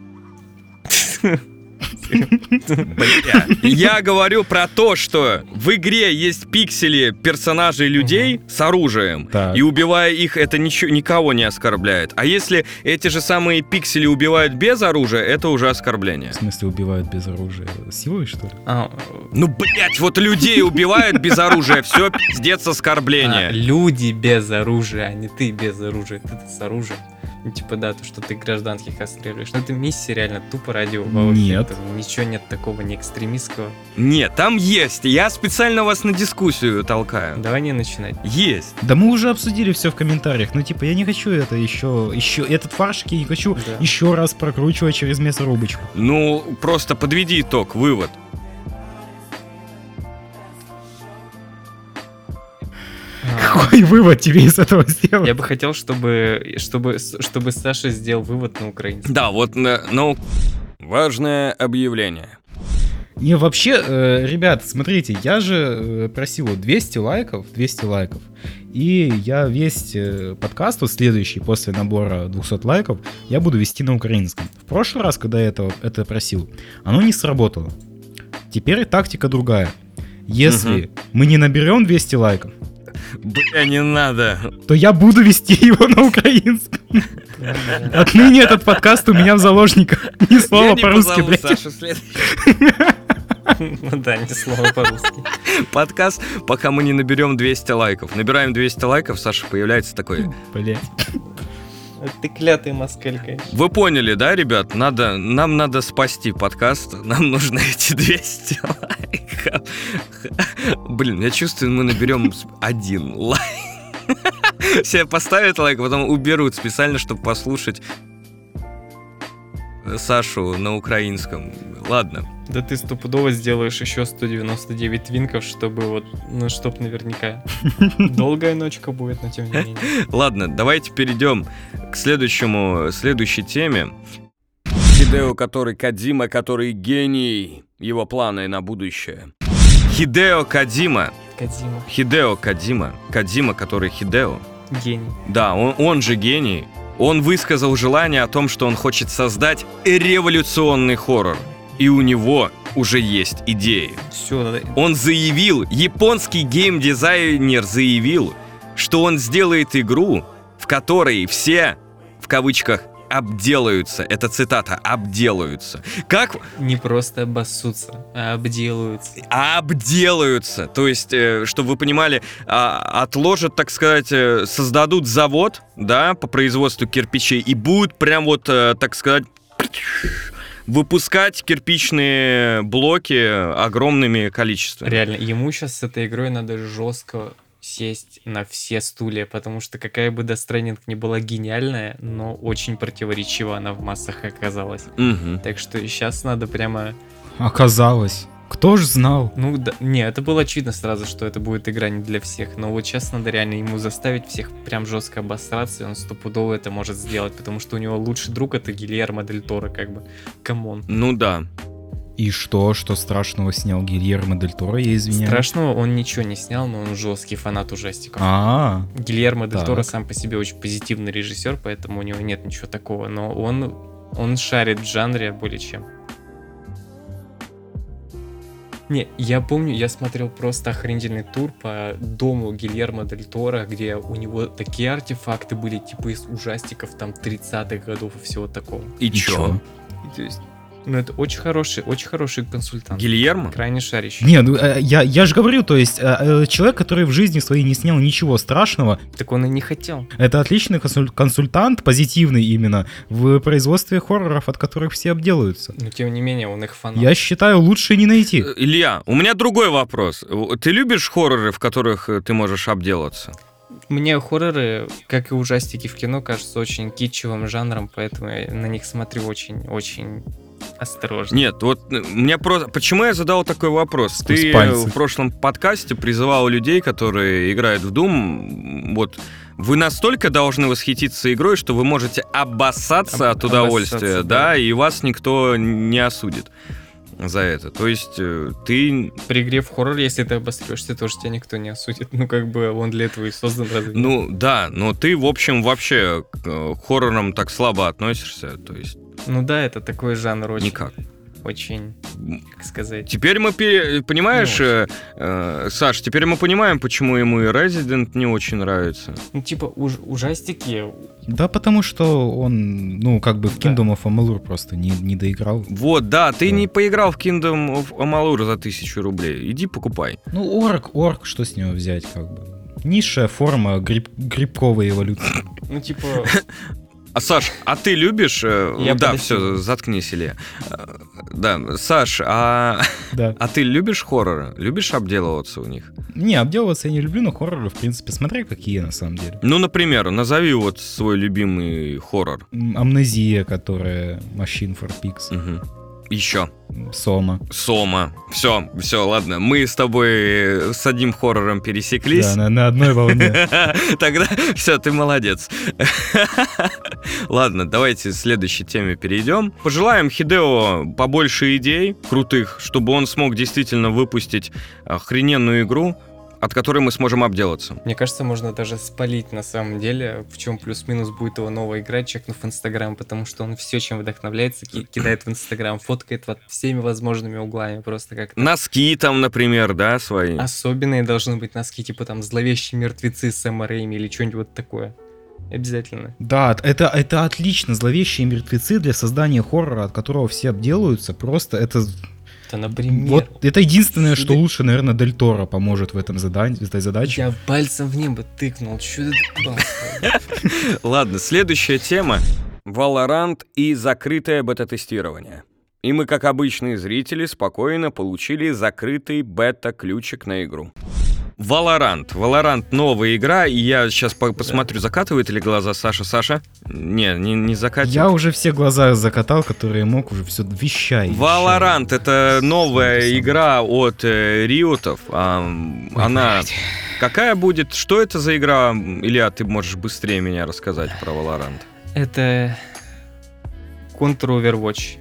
Speaker 1: Я говорю про то, что в игре есть пиксели персонажей людей с оружием,
Speaker 3: так.
Speaker 1: И убивая их, это никого не оскорбляет. А если эти же самые пиксели убивают без оружия, это уже оскорбление.
Speaker 3: В смысле убивают без оружия? Силой, что ли?
Speaker 1: Ну, блять, вот людей убивают без оружия, все пиздец оскорбление.
Speaker 2: Люди без оружия, а не ты без оружия, ты с оружием. Ну, типа, да, то, что ты гражданских кастрируешь. Но это миссия реально тупо ради убавки.
Speaker 3: Нет.
Speaker 2: Там ничего нет такого не экстремистского.
Speaker 1: Нет, там есть. Я специально вас на дискуссию толкаю.
Speaker 2: Давай не начинать.
Speaker 1: Есть.
Speaker 3: Да мы уже обсудили все в комментариях. Ну, типа, я не хочу это еще этот фаршик я не хочу
Speaker 2: Да.
Speaker 3: еще раз прокручивать через мясорубочку.
Speaker 1: Ну, просто подведи итог, вывод.
Speaker 3: Какой вывод тебе из этого сделать?
Speaker 2: Я бы хотел, чтобы Саша сделал вывод на украинском.
Speaker 1: Да, вот, ну, важное объявление.
Speaker 3: Не, вообще, ребят, смотрите, я же просил 200 лайков, и я весь подкаст, вот следующий после набора 200 лайков, я буду вести на украинском. В прошлый раз, когда я это просил, оно не сработало. Теперь тактика другая. Если мы не наберем 200 лайков,
Speaker 1: Бля, не надо.
Speaker 3: то я буду вести его на украинском. Отныне этот подкаст у меня в заложниках. Ни слова
Speaker 1: Я не
Speaker 3: по-русски,
Speaker 1: позову
Speaker 3: блядь.
Speaker 1: Сашу следующий
Speaker 2: Ну да, ни слова по-русски.
Speaker 1: подкаст, пока мы не наберем 200 лайков. Набираем 200 лайков, Саша появляется такой.
Speaker 3: Блядь.
Speaker 2: Ты клятый москаль, конечно.
Speaker 1: Вы поняли, да, ребят? Нам надо спасти подкаст. Нам нужны эти 200 лайков. Блин, я чувствую, мы наберем 1 лайк. Все поставят лайк, потом уберут специально, чтобы послушать Сашу на украинском. Ладно.
Speaker 2: Да ты стопудово сделаешь еще 199 твинков, чтобы вот, ну, чтоб наверняка. Долгая ночка будет, но тем не менее.
Speaker 1: Ладно, давайте перейдем к следующей теме. Хидео, который Кодзима, который гений, его планы на будущее. Хидео Кодзима, Кодзима, который Хидео.
Speaker 2: Гений.
Speaker 1: Да, он же гений. Он высказал желание о том, что он хочет создать революционный хоррор. И у него уже есть идеи.
Speaker 2: Все,
Speaker 1: Он заявил, японский геймдизайнер заявил, что он сделает игру, в которой все, в кавычках, обделаются. Это цитата, обделаются. Как?
Speaker 2: не просто обоссутся, а обделаются.
Speaker 1: Обделаются. То есть, чтобы вы понимали, отложат, так сказать, создадут завод, да, по производству кирпичей и будут прям вот, так сказать, выпускать кирпичные блоки огромными количествами.
Speaker 2: Реально, ему сейчас с этой игрой надо жестко сесть на все стулья, потому что какая бы Death Stranding ни была гениальная, но очень противоречиво она в массах оказалась.
Speaker 1: Мгм.
Speaker 2: Так что сейчас надо прямо...
Speaker 3: Оказалось. Кто ж знал?
Speaker 2: Ну, да, не, это было очевидно сразу, что это будет игра не для всех, но вот сейчас надо реально ему заставить всех прям жестко обосраться, и он стопудово это может сделать, потому что у него лучший друг — это Гильермо Дель Торо, как бы. Камон.
Speaker 1: Ну да.
Speaker 3: И что страшного снял Гильермо Дель Торо, я извиняюсь?
Speaker 2: Страшного он ничего не снял, но он жесткий фанат ужастиков.
Speaker 3: А,
Speaker 2: Гильермо Дель
Speaker 3: Так.
Speaker 2: Торо сам по себе очень позитивный режиссер, поэтому у него нет ничего такого, но он шарит в жанре более чем. Не, я помню, я смотрел просто охренительный тур по дому Гильермо Дель Торо, где у него такие артефакты были, типа из ужастиков там 30-х годов и всего такого.
Speaker 1: И чё?
Speaker 2: И то есть, ну это очень хороший консультант.
Speaker 1: Гильермо?
Speaker 2: Крайне шарящий.
Speaker 3: не, ну я же говорю, то есть человек, который в жизни своей не снял ничего страшного,
Speaker 2: Так он и не хотел.
Speaker 3: это отличный консультант, позитивный именно, в производстве хорроров, от которых все обделаются.
Speaker 2: Но тем не менее, он их фанат.
Speaker 3: Я считаю, лучше не найти.
Speaker 1: Илья, у меня другой вопрос. Ты любишь хорроры, в которых ты можешь обделаться?
Speaker 2: Мне хорроры, как и ужастики в кино, кажутся очень китчевым жанром, поэтому я на них смотрю очень осторожно.
Speaker 1: Нет, вот мне просто... Почему я задал такой вопрос?
Speaker 3: Сквозь
Speaker 1: Ты
Speaker 3: пальцы.
Speaker 1: в прошлом подкасте призывал людей, которые играют в Doom, вот, вы настолько должны восхититься игрой, что вы можете обоссаться от удовольствия,
Speaker 2: Обоссаться,
Speaker 1: да,
Speaker 2: да.
Speaker 1: и вас никто не осудит за это. То есть ты...
Speaker 2: При игре в хоррор, если ты обосрешься, тоже тебя никто не осудит. Ну, как бы он для этого и создан, разве нет?
Speaker 1: Ну, да, но ты, в общем, вообще к хоррорам так слабо относишься, то есть
Speaker 2: Ну да, это такой жанр очень...
Speaker 1: никак.
Speaker 2: Очень, как сказать...
Speaker 1: Теперь мы, понимаешь, Саш, теперь мы понимаем, почему ему и Resident не очень нравится.
Speaker 2: Ну, типа, ужастики...
Speaker 3: Да потому что он, ну, как бы в
Speaker 2: Да.
Speaker 3: Kingdom of Amalur просто не доиграл.
Speaker 1: Вот, да, ты
Speaker 3: Да.
Speaker 1: не поиграл в Kingdom of Amalur за 1000 рублей. Иди покупай.
Speaker 3: Ну, орк, что с него взять, как бы. Низшая форма грибковой эволюции.
Speaker 2: Ну, типа...
Speaker 1: А, Саш, а ты любишь...
Speaker 2: Я
Speaker 1: да,
Speaker 2: подожди.
Speaker 1: все, заткнись, Илья. Да, Саш, а
Speaker 3: Да.
Speaker 1: ты любишь хорроры? Любишь обделываться у них?
Speaker 3: Не, обделываться я не люблю, но хорроры, в принципе, смотря какие на самом деле.
Speaker 1: Ну, например, назови вот свой любимый хоррор.
Speaker 3: Амнезия, которая Machine for Pigs.
Speaker 1: Еще.
Speaker 3: Сома.
Speaker 1: Сома. Все, ладно. Мы с тобой с одним хоррором пересеклись.
Speaker 3: Да, на одной волне.
Speaker 1: Тогда все, ты молодец. Ладно, давайте к следующей теме перейдем. Пожелаем Хидео побольше идей крутых, чтобы он смог действительно выпустить охрененную игру, от которой мы сможем обделаться.
Speaker 2: Мне кажется, можно даже спалить на самом деле, в чем плюс-минус будет его новая игра, чекнув Инстаграм, потому что он все, чем вдохновляется, кидает в Инстаграм, фоткает всеми возможными углами, просто как-то.
Speaker 1: Носки там, например, да, свои.
Speaker 2: Особенные должны быть носки, типа там «Зловещие мертвецы» Сэма Рэйми или что-нибудь вот такое. Обязательно.
Speaker 3: Да, это отлично. Зловещие мертвецы для создания хоррора, от которого все обделаются, просто это...
Speaker 2: Да, например.
Speaker 3: Вот это единственное, что лучше, наверное, Дель Торо поможет в этой задаче.
Speaker 2: Я пальцем в небо тыкнул, чё ты доебался?
Speaker 1: Ладно, следующая тема. Valorant и закрытое бета-тестирование. И мы, как обычные зрители, спокойно получили закрытый бета-ключик на игру. Valorant новая игра, и я сейчас посмотрю, закатывает ли глаза Саша. Саша? Не закатывает.
Speaker 3: Я уже все глаза закатал, которые мог, уже все вещай.
Speaker 1: Valorant — это новая игра от Риотов. Она... Какая будет? Что это за игра? Илья, ты можешь быстрее меня рассказать про Valorant.
Speaker 2: Это Counter-Overwatch.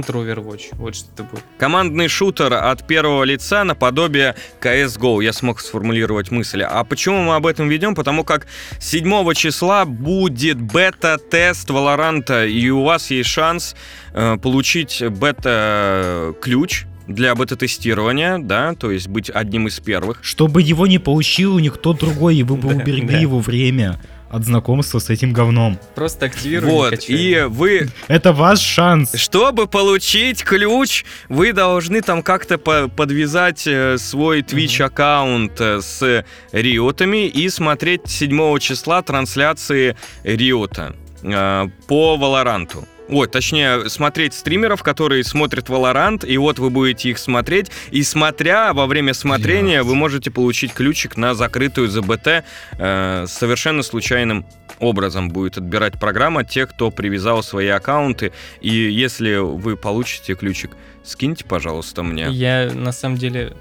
Speaker 2: Вот что это будет.
Speaker 1: Командный шутер от первого лица наподобие CSGO. Я смог сформулировать мысли. А почему мы об этом ведем? Потому как 7 числа будет бета-тест Valorant, и у вас есть шанс получить бета-ключ для бета-тестирования, да, то есть быть одним из первых.
Speaker 3: Чтобы его не получил никто другой, и вы бы уберегли его время от знакомства с этим говном.
Speaker 2: Просто активируй.
Speaker 1: Вот, и вы...
Speaker 3: Это ваш шанс.
Speaker 1: Чтобы получить ключ, вы должны там как-то подвязать свой Twitch-аккаунт с Риотами и смотреть 7 числа трансляции Риота по Валоранту. Ой, точнее, смотреть стримеров, которые смотрят Valorant, и вот вы будете их смотреть, и во время смотрения вы можете получить ключик на закрытую ЗБТ. Совершенно случайным образом будет отбирать программа тех, кто привязал свои аккаунты, и если вы получите ключик, скиньте, пожалуйста, мне.
Speaker 2: Я, на самом деле...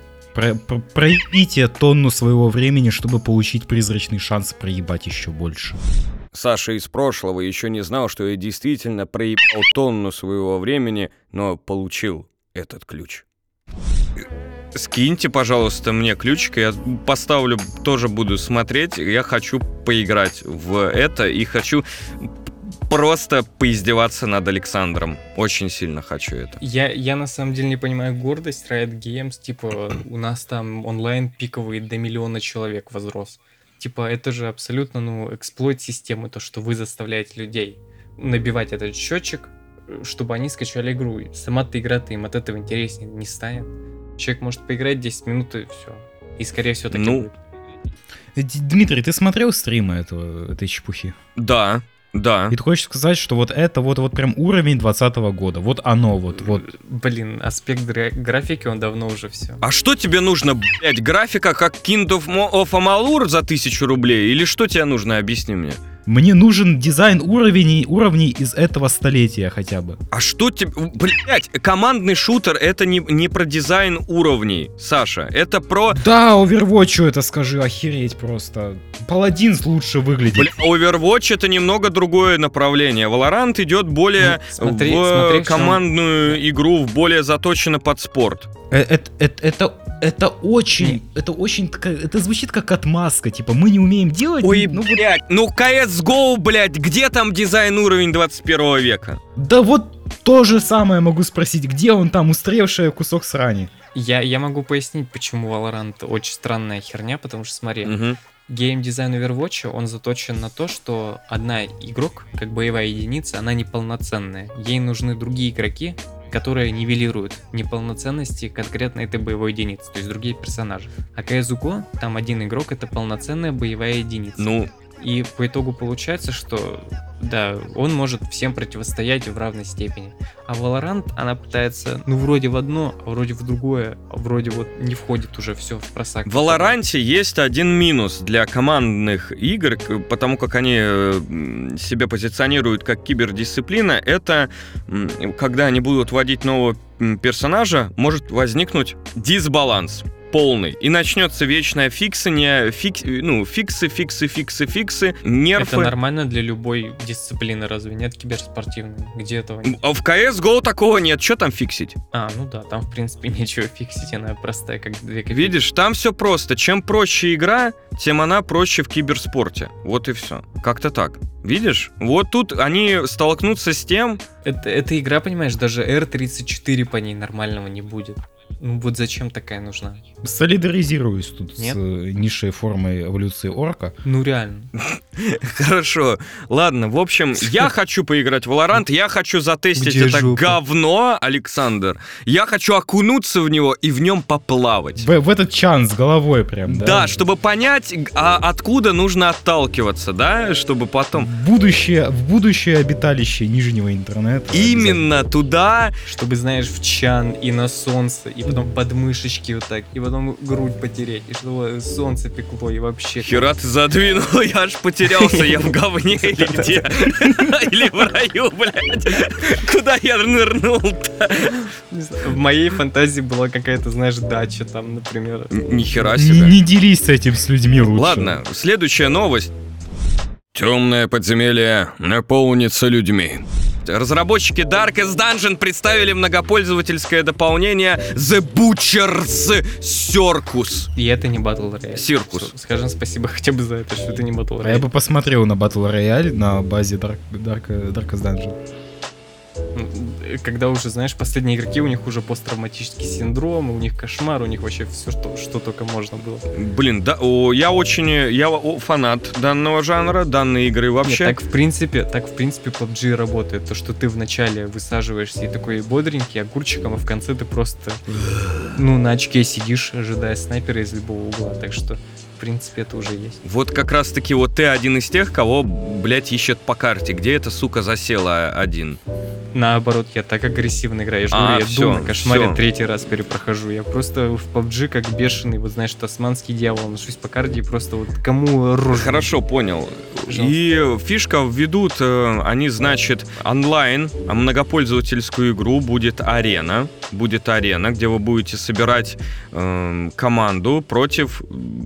Speaker 3: Проебите тонну своего времени, чтобы получить призрачный шанс проебать еще больше.
Speaker 1: Саша из прошлого еще не знал, что я действительно проебал тонну своего времени, но получил этот ключ. Скиньте, пожалуйста, мне ключик, я поставлю, тоже буду смотреть. Я хочу поиграть в это и хочу просто поиздеваться над Александром. Очень сильно хочу это.
Speaker 2: Я на самом деле не понимаю гордость Riot Games, типа у нас там онлайн пиковый до 1 миллиона человек возрос. Типа это же абсолютно, эксплойт системы, то, что вы заставляете людей набивать этот счетчик, чтобы они скачали игру. Сама-то игра-то им от этого интереснее не станет. Человек может поиграть 10 минут и все. И скорее всего таки будет.
Speaker 3: Дмитрий, ты смотрел стримы этой чепухи?
Speaker 1: Да.
Speaker 3: И ты хочешь сказать, что вот это вот прям уровень 2020 года, вот оно, вот.
Speaker 2: Блин, аспект графики, он давно уже все.
Speaker 1: А что тебе нужно, блядь, графика как Kingdom of Amalur за 1000 рублей? Или что тебе нужно, объясни мне?
Speaker 3: Мне нужен дизайн уровней из этого столетия хотя бы.
Speaker 1: А что тебе... Блядь, командный шутер — это не про дизайн уровней, Саша. Это про...
Speaker 3: Да, Overwatch это скажи, охереть просто. Паладин лучше выглядит.
Speaker 1: Бля, Overwatch — это немного другое направление. Valorant идет более
Speaker 2: смотри,
Speaker 1: в командную игру, более заточено под спорт.
Speaker 3: Это очень, это звучит как отмазка, типа мы не умеем делать.
Speaker 1: Ой, блядь, CSGO, блядь, где там дизайн уровень 21 века?
Speaker 3: Да вот то же самое могу спросить, где он там, устаревший кусок срани?
Speaker 2: Я могу пояснить, почему Valorant очень странная херня, потому что смотри, геймдизайн Overwatch, он заточен на то, что одна игрок, как боевая единица, она неполноценная. Ей нужны другие игроки, которые нивелируют неполноценности конкретно этой боевой единицы, то есть другие персонажи. А CSGO, там один игрок — это полноценная боевая единица.
Speaker 1: Ну,
Speaker 2: И по итогу получается, что да, он может всем противостоять в равной степени. А Valorant, она пытается, ну, вроде в одно, а вроде в другое, а вроде вот не входит уже все в просак.
Speaker 1: В Валоранте есть один минус для командных игр, потому как они себя позиционируют как кибердисциплина. Это когда они будут вводить нового персонажа, может возникнуть дисбаланс полный. И начнется вечное фиксание, фиксы, нерфы.
Speaker 2: Это нормально для любой дисциплины, разве нет киберспортивной? Где этого нет?
Speaker 1: А в CSGO такого нет. Что там фиксить?
Speaker 2: Ну да, там в принципе нечего фиксить, она простая, как 2 копейки.
Speaker 1: Видишь, там все просто. Чем проще игра, тем она проще в киберспорте. Вот и все. Как-то так. Видишь? Вот тут они столкнутся с тем...
Speaker 2: Эта игра, понимаешь, даже R34 по ней нормального не будет. Ну вот зачем такая нужна?
Speaker 3: Солидаризируюсь тут
Speaker 2: Нет?
Speaker 3: с низшей формой эволюции орка.
Speaker 2: Ну реально.
Speaker 1: Хорошо. Ладно, в общем, я хочу поиграть в Valorant, я хочу затестить
Speaker 2: Где
Speaker 1: это
Speaker 2: жопа?
Speaker 1: говно, Александр. Я хочу окунуться в него и в нем поплавать.
Speaker 3: В этот чан с головой прям, да?
Speaker 1: Да, чтобы понять, откуда нужно отталкиваться, да, чтобы потом...
Speaker 3: В будущее обиталище нижнего интернета.
Speaker 1: Именно туда...
Speaker 2: Чтобы, знаешь, в чан и на солнце, и потом подмышечки вот так, и потом грудь потереть, и чтобы солнце пекло, и вообще...
Speaker 1: Хера ты задвинул, я аж потерялся, я в говне или где? Или в раю, блядь? Куда я нырнул-то?
Speaker 2: Не знаю, в моей фантазии была какая-то, знаешь, дача там, например.
Speaker 1: Нихера
Speaker 3: Не,
Speaker 1: себе.
Speaker 3: не делись с этим с людьми лучше.
Speaker 1: Ладно, следующая новость.
Speaker 4: Темное подземелье наполнится людьми.
Speaker 1: Разработчики Darkest Dungeon представили многопользовательское дополнение The Butcher's Circus.
Speaker 2: И это не Battle Royale.
Speaker 1: Circus.
Speaker 2: Скажем спасибо хотя бы за это, что это не Battle
Speaker 3: А я
Speaker 2: Royale.
Speaker 3: бы посмотрел на Battle Royale на базе Darkest Dungeon.
Speaker 2: Когда уже, знаешь, последние игроки, у них уже посттравматический синдром, у них кошмар, у них вообще все, что только можно было.
Speaker 1: Блин, да, я фанат данного жанра, данной игры вообще.
Speaker 2: Нет, так в принципе PUBG работает. То, что ты вначале высаживаешься и такой бодренький огурчиком, а в конце ты просто, на очке сидишь, ожидая снайпера из любого угла. Так что, в принципе, это уже есть.
Speaker 1: Вот как раз таки вот ты один из тех, кого, блядь, ищет по карте. Где эта сука засела один?
Speaker 2: Наоборот, я так агрессивно играю. Я же говорю, я
Speaker 1: всё,
Speaker 2: Doom на кошмаре
Speaker 1: всё.
Speaker 2: 3-й раз перепрохожу. Я просто в PUBG как бешеный, вот знаешь, тасманский дьявол, ношусь по карте и просто вот кому рожу.
Speaker 1: Хорошо, понял.
Speaker 2: Пожалуйста.
Speaker 1: И фишка введут, они, значит, онлайн, многопользовательскую игру будет арена, где вы будете собирать команду против,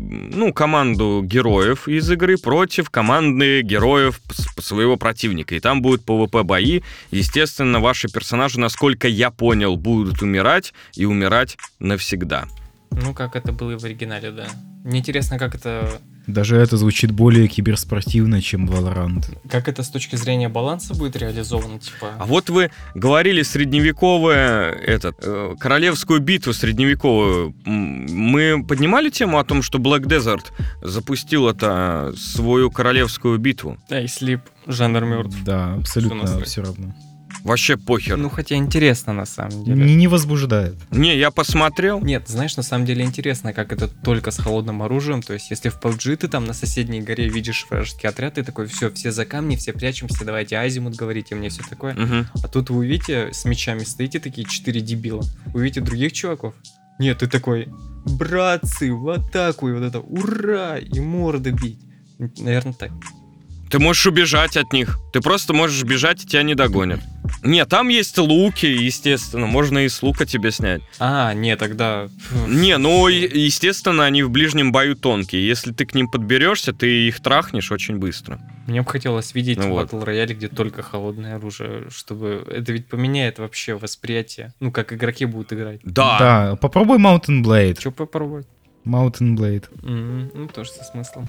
Speaker 1: команду героев из игры против команды героев своего противника. И там будут PvP-бои. Естественно, ваши персонажи, насколько я понял, будут умирать и умирать навсегда.
Speaker 2: Ну, как это было и в оригинале, да. Мне интересно, как это
Speaker 3: Даже это звучит более киберспортивно, чем Valorant.
Speaker 2: Как это с точки зрения баланса будет реализовано, типа?
Speaker 1: А вот вы говорили средневековое, королевскую битву средневековую. Мы поднимали тему о том, что Black Desert запустил свою королевскую битву?
Speaker 2: Да, и слип, жанр мертв.
Speaker 3: Да, абсолютно
Speaker 2: насрать.
Speaker 3: все равно.
Speaker 1: Вообще похер.
Speaker 2: Ну, хотя интересно, на самом деле.
Speaker 3: Не возбуждает.
Speaker 1: Не, я посмотрел.
Speaker 2: Нет, знаешь, на самом деле интересно, как это только с холодным оружием. То есть, если в PUBG ты там на соседней горе видишь вражеский отряд, ты такой, все за камни, все прячемся, давайте азимут говорите мне, все такое.
Speaker 1: Мгм.
Speaker 2: А тут вы увидите, с мечами стоите такие 4 дебила. Увидите других чуваков? Нет, ты такой, братцы, в атаку, и вот это, ура, и морды бить. Наверное, так.
Speaker 1: Ты можешь убежать от них. Ты просто можешь бежать, и тебя не догонят. Не, там есть луки, естественно. Можно и с лука тебя снять.
Speaker 2: Не, тогда...
Speaker 1: Не, естественно, они в ближнем бою тонкие. Если ты к ним подберешься, ты их трахнешь очень быстро.
Speaker 2: Мне бы хотелось видеть
Speaker 1: Ну вот.
Speaker 2: Battle Royale, где только холодное оружие, чтобы... Это ведь поменяет вообще восприятие. Ну, как игроки будут играть.
Speaker 1: Да.
Speaker 3: Да, попробуй Mountain Blade.
Speaker 2: Что попробовать?
Speaker 3: Mountain Blade.
Speaker 2: Ну, тоже со смыслом.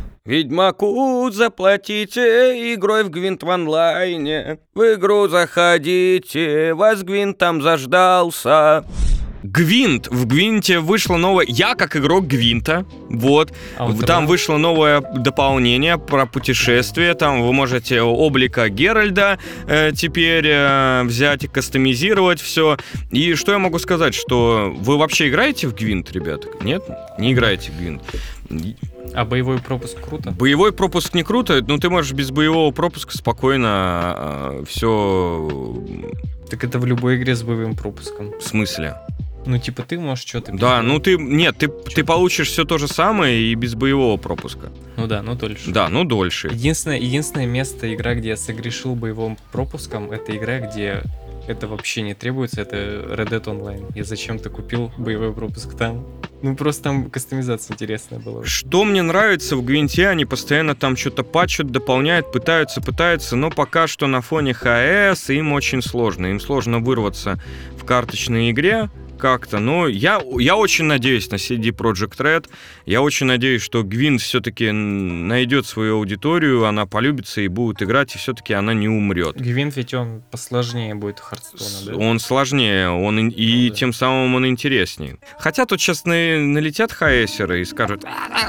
Speaker 1: Ведьмаку заплатите игрой в Гвинт в онлайне. В игру заходите, вас Гвинт там заждался. Гвинт. В Гвинте вышло новое... Я как игрок Гвинта, вот.
Speaker 2: Outer
Speaker 1: Там
Speaker 2: Wilds.
Speaker 1: вышло новое дополнение про путешествие. Там вы можете облика Геральда теперь взять и кастомизировать все. И что я могу сказать, что вы вообще играете в Гвинт, ребят? Нет? Не играете в Гвинт.
Speaker 2: А боевой пропуск круто?
Speaker 1: Боевой пропуск не круто, но ты можешь без боевого пропуска спокойно все...
Speaker 2: Так это в любой игре с боевым пропуском.
Speaker 1: В смысле?
Speaker 2: Ну, типа, ты можешь что-то...
Speaker 1: Да, ну ты... Нет, ты получишь все то же самое и без боевого пропуска.
Speaker 2: Ну да, ну дольше.
Speaker 1: Да, ну дольше.
Speaker 2: Единственное место, игра, где я согрешил боевым пропуском, это игра, где это вообще не требуется, это Red Dead Online. Я зачем-то купил боевой пропуск там. Ну, просто там кастомизация интересная была.
Speaker 1: Что мне нравится в Гвинте, они постоянно там что-то патчат, дополняют, пытаются, но пока что на фоне ХС им очень сложно. Им сложно вырваться в карточной игре как-то, но я очень надеюсь на CD Projekt Red, я очень надеюсь, что Гвинт все-таки найдет свою аудиторию, она полюбится и будет играть, и все-таки она не умрет.
Speaker 2: Гвинт ведь он посложнее будет Хардстона, да?
Speaker 1: Он сложнее, и
Speaker 2: да.
Speaker 1: тем самым он интереснее. Хотя тут сейчас налетят хаэсеры и скажут...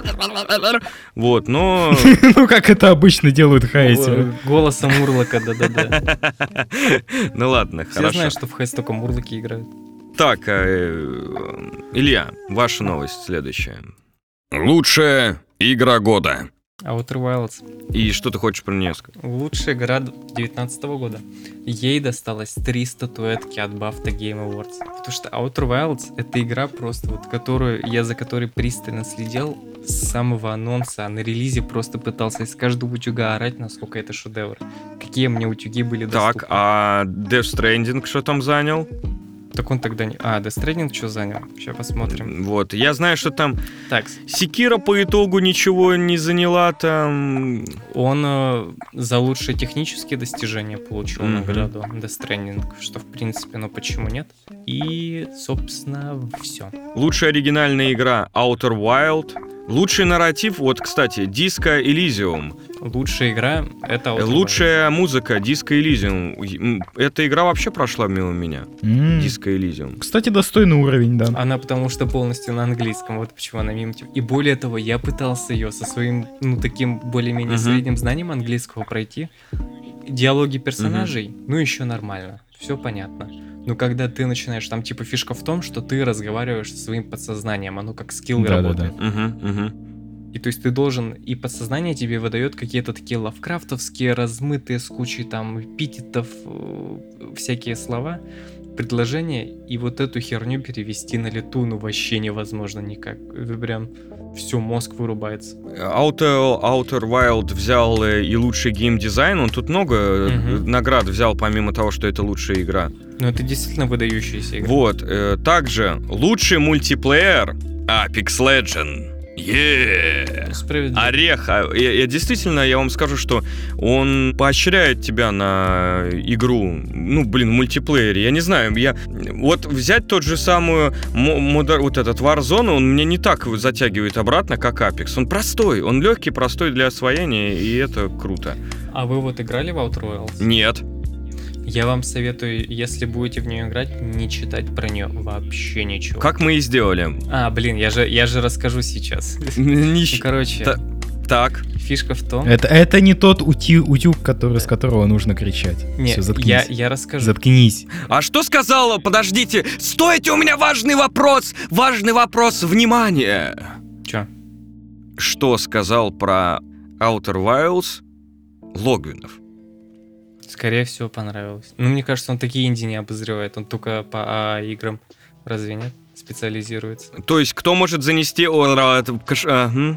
Speaker 1: Вот, но...
Speaker 3: Ну, как это обычно делают хаэсеры.
Speaker 2: Голосом Мурлока, да-да-да.
Speaker 1: Ну ладно,
Speaker 2: Все
Speaker 1: хорошо.
Speaker 2: знают, что в Хэс только Мурлоки играют.
Speaker 1: Так, Илья, ваша новость следующая.
Speaker 4: Лучшая игра года.
Speaker 2: Outer Wilds.
Speaker 1: И что ты хочешь про нее сказать?
Speaker 2: Лучшая игра 2019 года. Ей досталось 3 статуэтки от BAFTA Game Awards. Потому что Outer Wilds — это игра просто, вот, за которой пристально следил с самого анонса. А на релизе просто пытался из каждого утюга орать, насколько это шедевр. Какие мне утюги были доступны.
Speaker 1: Так, а Death Stranding что там занял?
Speaker 2: Так он тогда не... А, Death Stranding что занял? Сейчас посмотрим.
Speaker 1: Вот, я знаю, что там
Speaker 2: Так,
Speaker 1: Секира по итогу ничего не заняла там...
Speaker 2: он за лучшие технические достижения получил
Speaker 1: Мгм.
Speaker 2: награду Death Stranding, что в принципе, ну почему нет? И, собственно, все.
Speaker 1: Лучшая оригинальная игра Outer Wild. Лучший нарратив, вот, кстати, Disco Elysium.
Speaker 2: Лучшая игра — это Outer
Speaker 1: Лучшая музыка Disco Elysium. Эта игра вообще прошла мимо меня. Disco Elysium.
Speaker 3: Кстати, достойный уровень, да.
Speaker 2: Wilds. Она потому что полностью на английском, вот почему она мимо тебя. И более того, я пытался ее со своим, ну, таким более-менее
Speaker 1: Мгм.
Speaker 2: средним знанием английского пройти. Диалоги персонажей, ну, еще нормально, все понятно. Но когда ты начинаешь, там, типа, фишка в том, что ты разговариваешь со своим подсознанием, оно как скилл
Speaker 3: Да-да-да.
Speaker 2: работает. И то есть ты должен, и подсознание тебе выдает какие-то такие лавкрафтовские, размытые с кучей там эпитетов, всякие слова, предложения, и вот эту херню перевести на лету, ну вообще невозможно никак. Это прям все, мозг вырубается.
Speaker 1: Outer Wild взял и лучший геймдизайн. Он тут много
Speaker 2: Мгм.
Speaker 1: наград взял, помимо того, что это лучшая игра.
Speaker 2: Но это действительно выдающаяся игра.
Speaker 1: Вот. Также лучший мультиплеер Apex Legends.
Speaker 2: Справедливо.
Speaker 1: Орех. Я действительно, я вам скажу, что он поощряет тебя на игру, ну, блин, в мультиплеере. Я не знаю, вот взять тот же самую вот этот Warzone, он мне не так затягивает обратно, как Apex. Он простой, он легкий, простой для освоения, и это круто.
Speaker 2: А вы вот играли в Outer Wilds?
Speaker 1: Нет.
Speaker 2: Я вам советую, если будете в нее играть, не читать про нее вообще ничего.
Speaker 1: Как мы и сделали.
Speaker 2: А, блин, я же расскажу сейчас. Ну, короче,
Speaker 1: Так.
Speaker 2: фишка в том...
Speaker 3: Это не тот утюг, с которого нужно кричать.
Speaker 2: Нет,
Speaker 3: Всё, заткнись.
Speaker 2: я расскажу.
Speaker 3: Заткнись.
Speaker 1: А что сказала? Подождите. Стойте, у меня важный вопрос. Важный вопрос. Внимание.
Speaker 2: Чё?
Speaker 1: Что сказал про Outer Wilds Логвинов?
Speaker 2: Скорее всего, понравилось. Ну, мне кажется, он такие инди не обозревает. Он только по играм, разве нет? Специализируется.
Speaker 1: То есть, кто может занести...
Speaker 2: Мгм.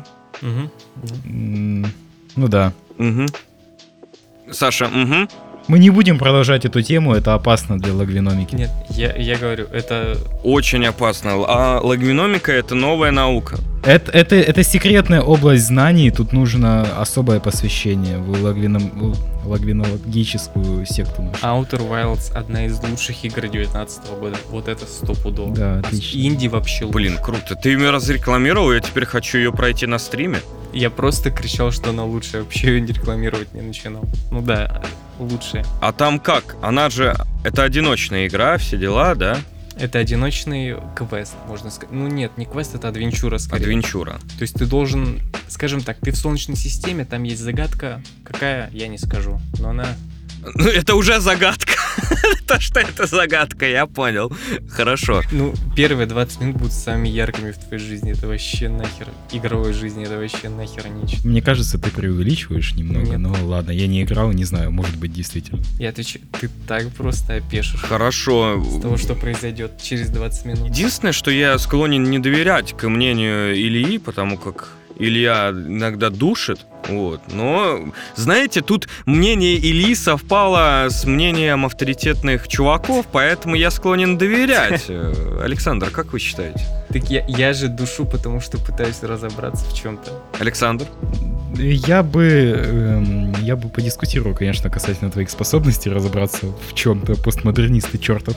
Speaker 3: Ну да.
Speaker 1: Саша, угу.
Speaker 3: Мы не будем продолжать эту тему, это опасно для логвиномики.
Speaker 2: Нет, я говорю, это...
Speaker 1: Очень опасно. А логвиномика — это новая наука.
Speaker 3: Это секретная область знаний, тут нужно особое посвящение в логвинологическую секту нашу.
Speaker 2: Outer Wilds — одна из лучших игр 2019 года. Вот это стопудово.
Speaker 3: Да,
Speaker 2: А
Speaker 3: отлично.
Speaker 2: инди вообще лучше.
Speaker 1: Блин, круто. Ты ее разрекламировал, я теперь хочу ее пройти на стриме.
Speaker 2: Я просто кричал, что она лучшая. Вообще ее не рекламировать не начинал. Ну да, лучшая.
Speaker 1: А там как? Она же... Это одиночная игра, все дела, да?
Speaker 2: Это одиночный квест, можно сказать. Ну нет, не квест, это адвенчура скорее.
Speaker 1: Адвенчура.
Speaker 2: То есть ты должен, скажем так, ты в Солнечной системе, там есть загадка, какая, я не скажу, но она...
Speaker 1: Ну, это уже загадка. То, что это загадка, я понял. Хорошо.
Speaker 2: Ну, первые 20 минут будут самыми яркими в твоей жизни, это вообще нахер, игровой жизни, это вообще нахер нечто.
Speaker 3: Мне кажется, ты преувеличиваешь немного,
Speaker 2: Нет.
Speaker 3: но ладно, я не играл, не знаю, может быть, действительно.
Speaker 2: Я отвечаю, ты так просто опешишь
Speaker 1: Хорошо.
Speaker 2: с того, что произойдет через 20 минут.
Speaker 1: Единственное, что я склонен не доверять к мнению Ильи, потому как Илья иногда душит, вот. Но, знаете, тут мнение Ильи совпало с мнением авторитетных чуваков, поэтому я склонен доверять. Александр, как вы считаете?
Speaker 2: Так я же душу, потому что пытаюсь разобраться в чем-то.
Speaker 1: Александр?
Speaker 3: Я бы подискутировал, конечно, касательно твоих способностей разобраться в чем-то, постмодернист ты чертов.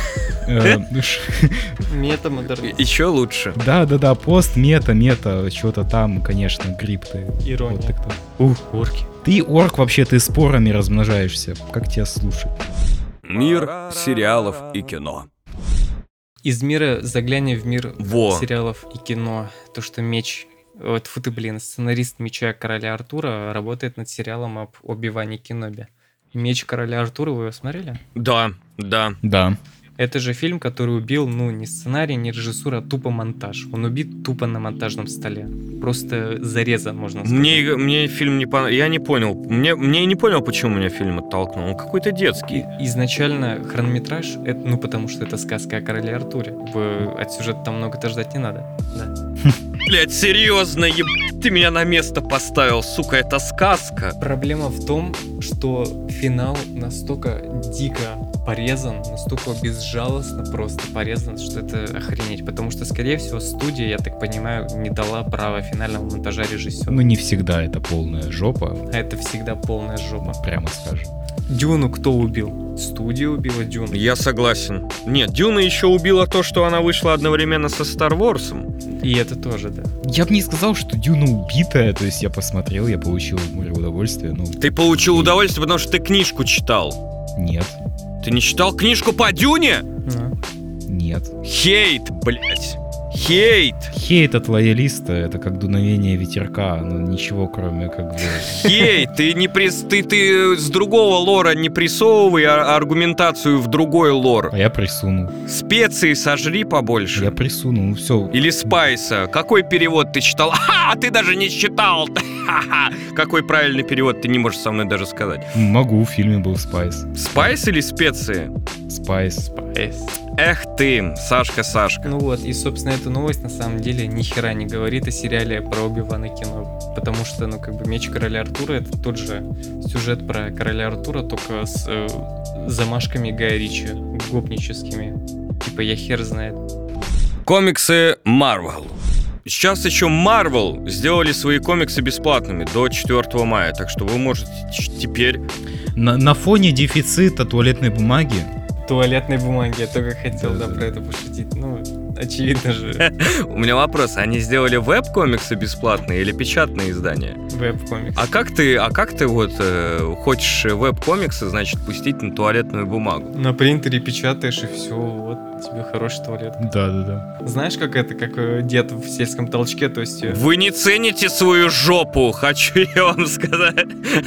Speaker 2: Метамодерн.
Speaker 1: Еще лучше.
Speaker 3: Да, пост, мета, что-то там, конечно, гриб ты.
Speaker 2: Ирония.
Speaker 3: Вот ты кто.
Speaker 2: Орки.
Speaker 3: Ты орк вообще, ты спорами размножаешься. Как тебя слушать?
Speaker 4: Мир сериалов и кино.
Speaker 2: Из мира заглянем в мир
Speaker 1: Во.
Speaker 2: сериалов и кино. То, что меч... Вот, фу ты, блин, сценарист «Меча короля Артура» работает над сериалом об Оби-Ване Кенноби. «Меч короля Артура» вы его смотрели?
Speaker 1: Да.
Speaker 3: Да.
Speaker 2: Это же фильм, который убил, ну, не сценарий, не режиссура, а тупо монтаж. Он убит тупо на монтажном столе. Просто зарезан, можно сказать.
Speaker 1: Мне фильм не понравился. Я не понял. Мне не понял, почему меня фильм оттолкнул. Он какой-то детский.
Speaker 2: Изначально хронометраж, это, ну, потому что это сказка о короле Артуре. От сюжета там много-то ждать не надо. Да.
Speaker 1: Блять, серьезно, ты меня на место поставил, сука, это сказка.
Speaker 2: Проблема в том, что финал настолько дико порезан, настолько безжалостно просто порезан, что это охренеть. Потому что, скорее всего, студия, я так понимаю, не дала права финального монтажа режиссеру.
Speaker 3: Ну, не всегда это полная жопа,
Speaker 2: А это всегда полная жопа.
Speaker 3: прямо скажем.
Speaker 2: Дюну кто убил? Студия убила Дюну.
Speaker 1: Я согласен. Нет, Дюна еще убила то, что она вышла одновременно со Star Wars.
Speaker 2: И это тоже, да.
Speaker 3: Я бы не сказал, что Дюна убитая, то есть я посмотрел, я получил море удовольствия, ну...
Speaker 1: Ты получил удовольствие, потому что ты книжку читал.
Speaker 3: Нет,
Speaker 1: Ты не читал книжку по Дюне?
Speaker 2: Ну.
Speaker 3: нет.
Speaker 1: Хейт, блять. Хейт.
Speaker 3: Хейт от лоялиста — это как дуновение ветерка, ну ничего кроме как бы...
Speaker 1: Хейт. Ты с другого лора не присовывай аргументацию в другой лор.
Speaker 3: А я присунул.
Speaker 1: Специи сожри побольше.
Speaker 3: Я присунул, ну все.
Speaker 1: Или спайса. Какой перевод ты читал? Ха, ты даже не читал. Ха-ха. Какой правильный перевод ты не можешь со мной даже сказать.
Speaker 3: Могу, в фильме был Спайс.
Speaker 1: Спайс или специи?
Speaker 3: Спайс.
Speaker 1: Эх ты, Сашка.
Speaker 2: Ну вот, и, собственно, эта новость на самом деле ни хера не говорит о сериале про Оби-Вана Кенноби. Потому что, ну, как бы, «Меч короля Артура» — это тот же сюжет про короля Артура, только с замашками Гая Ричи, гопническими. Типа, я хер знает.
Speaker 1: Комиксы Marvel. Сейчас еще Marvel сделали свои комиксы бесплатными до 4 мая, так что вы можете теперь...
Speaker 3: На фоне дефицита туалетной бумаги
Speaker 2: Туалетной бумаги, я только хотел, да,
Speaker 3: Да-да-да.
Speaker 2: про это пошутить. Ну, очевидно же,
Speaker 1: У меня вопрос, они сделали веб-комиксы бесплатные или печатные издания?
Speaker 2: веб-комикс.
Speaker 1: А как ты вот хочешь веб-комиксы, значит, пустить на туалетную бумагу?
Speaker 2: На принтере печатаешь, и все, вот тебе хороший туалет.
Speaker 3: Да.
Speaker 2: Знаешь, как это, как дед в сельском толчке, то есть...
Speaker 1: Вы не цените свою жопу, хочу я вам сказать.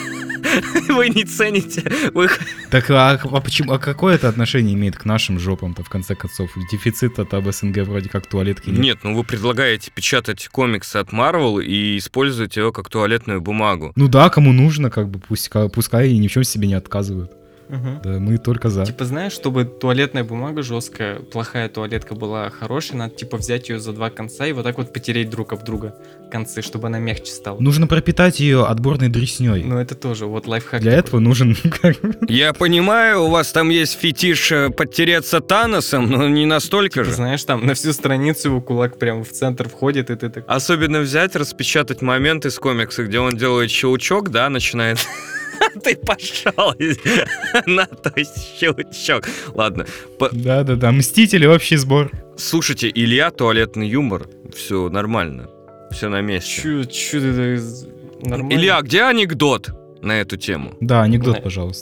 Speaker 1: Вы не цените.
Speaker 3: Так а почему? А какое это отношение имеет к нашим жопам-то, в конце концов? Дефицита-то об СНГ вроде как туалетки нет.
Speaker 1: Нет, ну вы предлагаете печатать комиксы от Marvel и использовать его как туалетную бумагу.
Speaker 3: Ну да, кому нужно, как бы пускай и ни в чем себе не отказывают.
Speaker 2: Мгм.
Speaker 3: Да, мы только за.
Speaker 2: Типа, знаешь, чтобы туалетная бумага жесткая, плохая туалетка была хорошей, надо, типа, взять ее за два конца и вот так вот потереть друг об друга концы, чтобы она мягче стала.
Speaker 3: Нужно пропитать ее отборной дресней.
Speaker 2: Ну, это тоже, вот лайфхак.
Speaker 3: Для
Speaker 2: такой.
Speaker 3: этого нужен...
Speaker 1: Я понимаю, у вас там есть фетиш подтереться Таносом, но не настолько
Speaker 2: Ты
Speaker 1: же.
Speaker 2: знаешь, там на всю страницу его кулак прямо в центр входит, и ты так...
Speaker 1: Особенно взять, распечатать момент из комикса, где он делает щелчок, да, начинает... Ты пошел на то щелчок. Ладно.
Speaker 3: Да, Мстители, общий сбор.
Speaker 1: Слушайте, Илья, туалетный юмор. Все нормально. Все на месте.
Speaker 2: Чё ты так... Нормально?
Speaker 1: Илья, где анекдот на эту тему?
Speaker 3: Да, анекдот,
Speaker 2: Да.
Speaker 3: пожалуйста.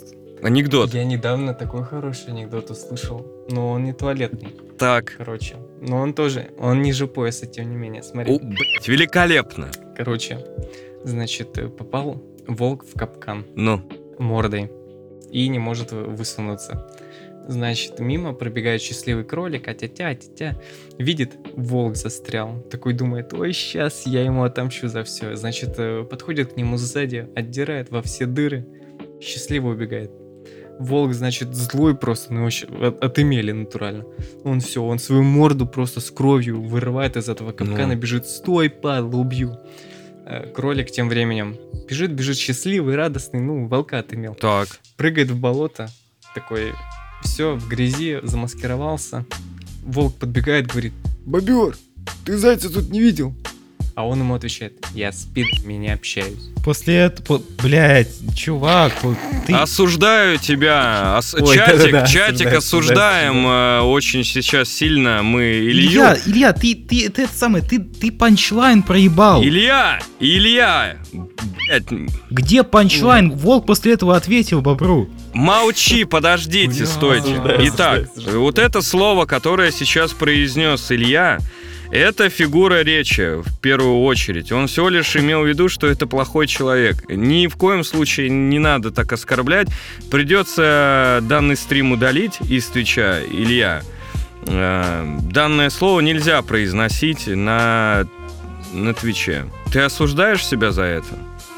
Speaker 1: Анекдот.
Speaker 2: Я недавно такой хороший анекдот услышал, но он не туалетный,
Speaker 1: Так.
Speaker 2: короче. Но он тоже, он ниже пояса, тем не менее, смотри.
Speaker 1: Блять, великолепно.
Speaker 2: Короче, значит, попал волк в капкан
Speaker 1: Ну,
Speaker 2: мордой и не может высунуться. Значит, мимо пробегает счастливый кролик, а-тя-тя. Видит, волк застрял. Такой думает, ой, сейчас я ему отомщу за все. Значит, подходит к нему сзади, отдирает во все дыры, счастливо убегает. Волк, значит, злой просто, ну вообще, отымели натурально. Он свою морду просто с кровью вырывает из этого капкана, бежит, стой, падла, убью. Кролик тем временем бежит счастливый, радостный, ну, волка отымел.
Speaker 1: так.
Speaker 2: Прыгает в болото, такой, все, в грязи, замаскировался. Волк подбегает, говорит, бобер, ты зайца тут не видел? А он ему отвечает, я с пидорами не общаюсь.
Speaker 3: После этого, блядь, чувак, вот ты...
Speaker 1: Осуждаю тебя.
Speaker 3: Ой,
Speaker 1: Чатик,
Speaker 3: да-да-да,
Speaker 1: чатик осуждаем. Очень сейчас сильно мы Илью.
Speaker 3: Илья, ты это самое, ты панчлайн проебал.
Speaker 1: Илья! Блядь,
Speaker 3: Где панчлайн? Волк после этого ответил бобру.
Speaker 1: молчи, подождите,
Speaker 3: Бля,
Speaker 1: стойте.
Speaker 2: осуждаю,
Speaker 1: Итак,
Speaker 2: осуждаю.
Speaker 1: вот это слово, которое сейчас произнес Илья, это фигура речи, в первую очередь. Он всего лишь имел в виду, что это плохой человек. Ни в коем случае не надо так оскорблять. Придется данный стрим удалить из Твича, Илья. Данное слово нельзя произносить на Твиче. Ты осуждаешь себя за это?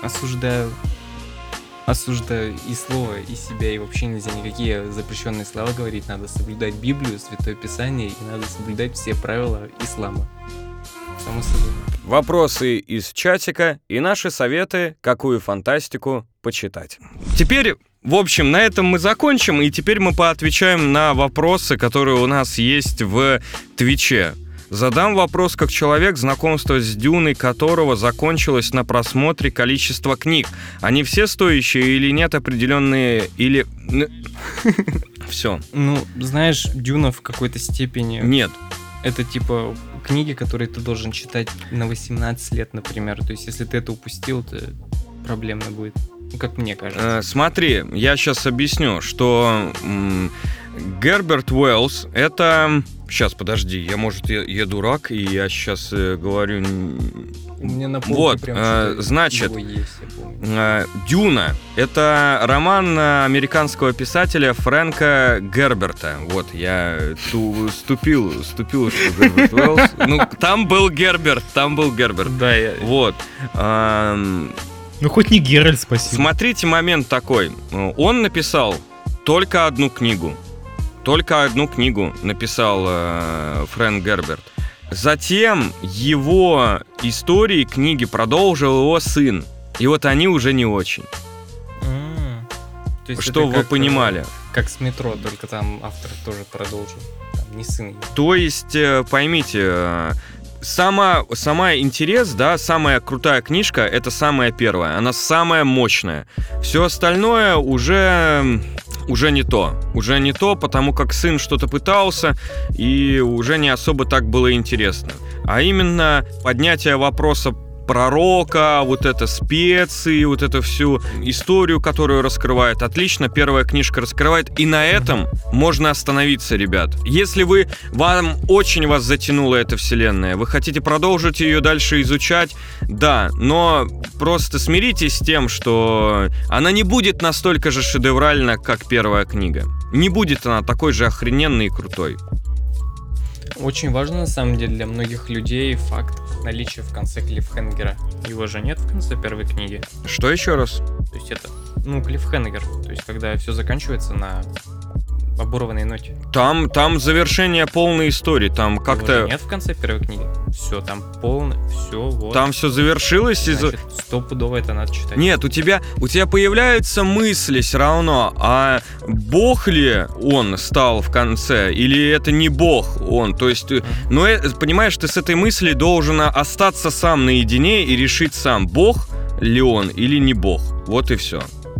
Speaker 2: Осуждаю и слово, и себя, и вообще нельзя никакие запрещенные слова говорить. Надо соблюдать Библию, Святое Писание, и надо соблюдать все правила ислама. Само собой.
Speaker 1: Вопросы из чатика и наши советы, какую фантастику почитать. Теперь, в общем, на этом мы закончим, и теперь мы поотвечаем на вопросы, которые у нас есть в Твиче. Задам вопрос как человек, знакомство с Дюной которого закончилось на просмотре количества книг. Они все стоящие или нет определенные, или... Все.
Speaker 2: Ну, знаешь, Дюна в какой-то степени...
Speaker 1: Нет.
Speaker 2: Это типа книги, которые ты должен читать на 18 лет, например. То есть, если ты это упустил, то проблемно будет. Ну, как мне кажется.
Speaker 1: Смотри, я сейчас объясню, что Герберт Уэллс — это... Сейчас, подожди, я дурак, и я сейчас говорю...
Speaker 2: У меня на полке
Speaker 1: Вот,
Speaker 2: прям что-то
Speaker 1: значит,
Speaker 2: его есть, я помню.
Speaker 1: «Дюна» — это роман американского писателя Фрэнка Герберта. Вот, я ступил, что Герберт Уэллс... Ну, там был Герберт.
Speaker 2: Да, я...
Speaker 1: Вот.
Speaker 3: Ну хоть не Геральт, спасибо.
Speaker 1: Смотрите, момент такой. Он написал только одну книгу. Только одну книгу написал Фрэнк Герберт. Затем его истории, книги продолжил его сын. И вот они уже не очень.
Speaker 2: То есть
Speaker 1: Что
Speaker 2: это
Speaker 1: вы
Speaker 2: как,
Speaker 1: понимали?
Speaker 2: Как с «Метро», только там автор тоже продолжил. Там не сын его.
Speaker 1: То есть, поймите, самая интерес, да, самая крутая книжка — это самая первая. Она самая мощная. Все остальное уже не то. Уже не то, потому как сын что-то пытался, и уже не особо так было интересно. А именно поднятие вопроса пророка, вот это специи, вот эту всю историю, которую раскрывает. Отлично, первая книжка раскрывает, и на этом можно остановиться, ребят. Если вам очень вас затянула эта вселенная, вы хотите продолжить ее дальше изучать, да, но просто смиритесь с тем, что она не будет настолько же шедевральна, как первая книга. Не будет она такой же охрененной и крутой.
Speaker 2: Очень важно, на самом деле, для многих людей факт наличия в конце клиффхенгера. Его же нет в конце первой книги.
Speaker 1: Что еще раз?
Speaker 2: То есть это, клиффхенгер. То есть когда все заканчивается на оборванной ноте.
Speaker 1: Там завершение полной истории, там
Speaker 2: Его
Speaker 1: как-то...
Speaker 2: же нет в конце первой книги. Все, там все, вот.
Speaker 1: Там все завершилось
Speaker 2: Значит, стопудово это надо читать.
Speaker 1: Нет, у тебя появляются мысли все равно, бог ли он стал в конце, или это не бог он, то есть, понимаешь, ты с этой мыслью должен остаться сам наедине и решить сам, бог ли он или не бог, вот и все.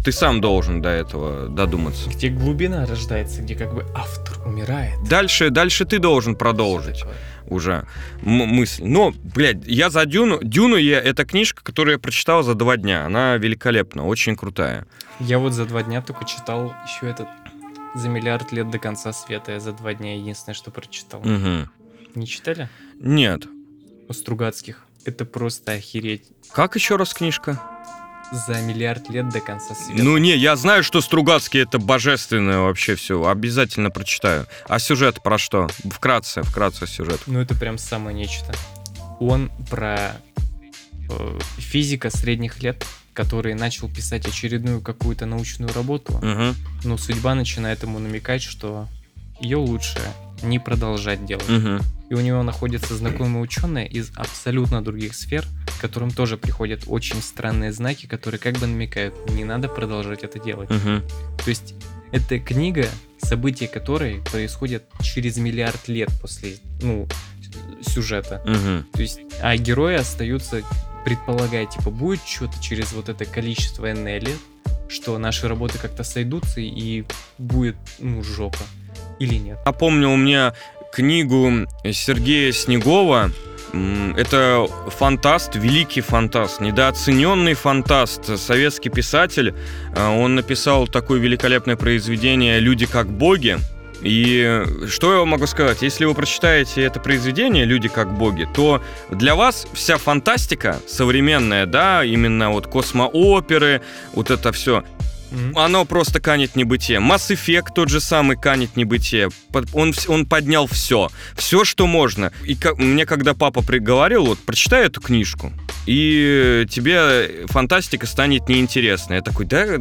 Speaker 1: Ты сам должен до этого додуматься.
Speaker 2: Где глубина рождается, где как бы автор умирает.
Speaker 1: Дальше ты должен продолжить
Speaker 2: Всё такое.
Speaker 1: уже мысль. Но, блядь, я за Дюну... Это книжка, которую я прочитал за 2 дня. Она великолепна, очень крутая.
Speaker 2: Я вот за 2 дня только читал еще этот «За миллиард лет до конца света». Я за 2 дня единственное, что прочитал.
Speaker 1: Угу.
Speaker 2: Не читали?
Speaker 1: Нет.
Speaker 2: У Стругацких. Это просто охереть.
Speaker 1: Как еще раз книжка?
Speaker 2: «За миллиард лет до конца света».
Speaker 1: Ну не, я знаю, что Стругацкий это божественное вообще все. Обязательно прочитаю. А сюжет про что? Вкратце сюжет.
Speaker 2: Ну, это прям самое нечто. Он про физика средних лет, который начал писать очередную какую-то научную работу,
Speaker 1: Угу.
Speaker 2: но судьба начинает ему намекать, что ее лучше не продолжать делать.
Speaker 1: Угу.
Speaker 2: И у него находятся знакомые ученые из абсолютно других сфер, которым тоже приходят очень странные знаки, которые как бы намекают, не надо продолжать это делать.
Speaker 1: Угу.
Speaker 2: То есть это книга, события которой происходят через миллиард лет после, сюжета.
Speaker 1: Угу.
Speaker 2: То есть, а герои остаются, предполагая, типа, будет что-то через вот это количество энное лет, что наши работы как-то сойдутся и будет, жопа. Или нет.
Speaker 1: Напомнил мне книгу Сергея Снегова. Это фантаст, великий фантаст, недооцененный фантаст, советский писатель. Он написал такое великолепное произведение «Люди как боги». И что я могу сказать? Если вы прочитаете это произведение «Люди как боги», то для вас вся фантастика современная, да, именно вот космооперы, вот это все, оно просто канет в небытие. Mass Effect тот же самый канет в небытие. Он поднял все, что можно. И мне когда папа говорил, вот прочитай эту книжку, и тебе фантастика станет неинтересной. Я такой, да?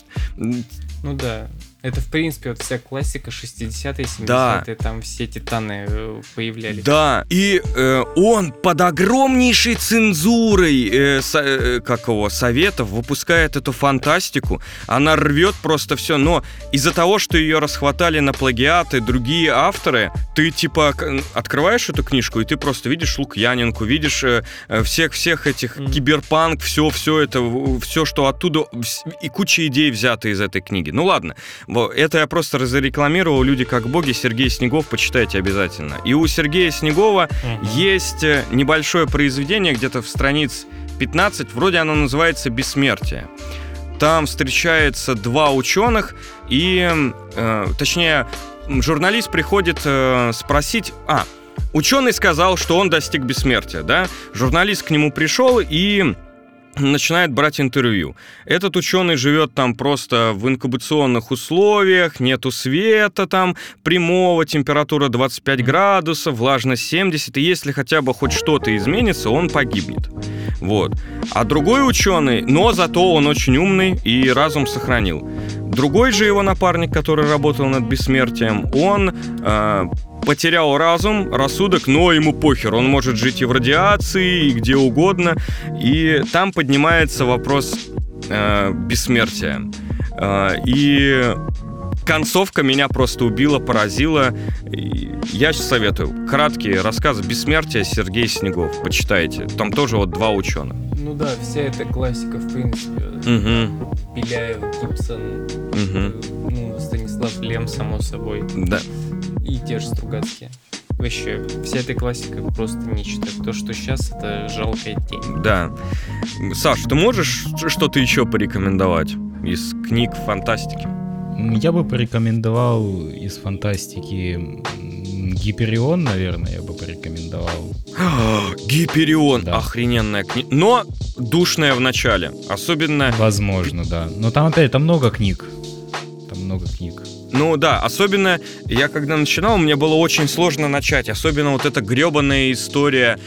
Speaker 2: Ну да. Это, в принципе, вот вся классика 60-е, 70-е,
Speaker 1: Да.
Speaker 2: там все титаны появлялись.
Speaker 1: Да, и он под огромнейшей цензурой советов выпускает эту фантастику. Она рвет просто все, но из-за того, что ее расхватали на плагиаты другие авторы, ты типа открываешь эту книжку, и ты просто видишь Лукьяненко, видишь всех этих киберпанк, все это, все, что оттуда, и куча идей взяты из этой книги. Ну ладно. Это я просто зарекламировал «Люди как боги», Сергей Снегов, почитайте обязательно. И у Сергея Снегова есть небольшое произведение, где-то в страниц 15, вроде оно называется «Бессмертие». Там встречается 2 ученых, и, точнее, журналист приходит спросить... Ученый сказал, что он достиг бессмертия, да? Журналист к нему пришел и... начинает брать интервью. Этот ученый живет там просто в инкубационных условиях, нету света там прямого, температура 25 градусов, влажность 70, и если хотя бы хоть что-то изменится, он погибнет. Вот. А другой ученый, но зато он очень умный и разум сохранил. Другой же его напарник, который работал над бессмертием, он... потерял разум, рассудок, но ему похер, он может жить и в радиации, и где угодно, и там поднимается вопрос бессмертия. И концовка меня просто убила, поразила. Я советую. Краткий рассказ «Бессмертие» Сергей Снегов. Почитайте. Там тоже вот 2 ученых.
Speaker 2: Ну да, вся эта классика, в принципе. Беляев, Гибсон, Станислав Лем, само собой.
Speaker 1: Да.
Speaker 2: И те же Стругацкие. Вообще, вся эта классика просто нечто. То, что сейчас, это жалкая тень.
Speaker 1: Да. Саш, ты можешь что-то еще порекомендовать из книг фантастики?
Speaker 3: Я бы порекомендовал из фантастики Гиперион, наверное, я бы порекомендовал.
Speaker 1: Гиперион,
Speaker 3: Да.
Speaker 1: охрененная книга. Но душная в начале. Особенно...
Speaker 3: Возможно, да. Но там опять, там много книг. Там много книг.
Speaker 1: Ну да, особенно я когда начинал, мне было очень сложно начать. Особенно вот эта гребаная история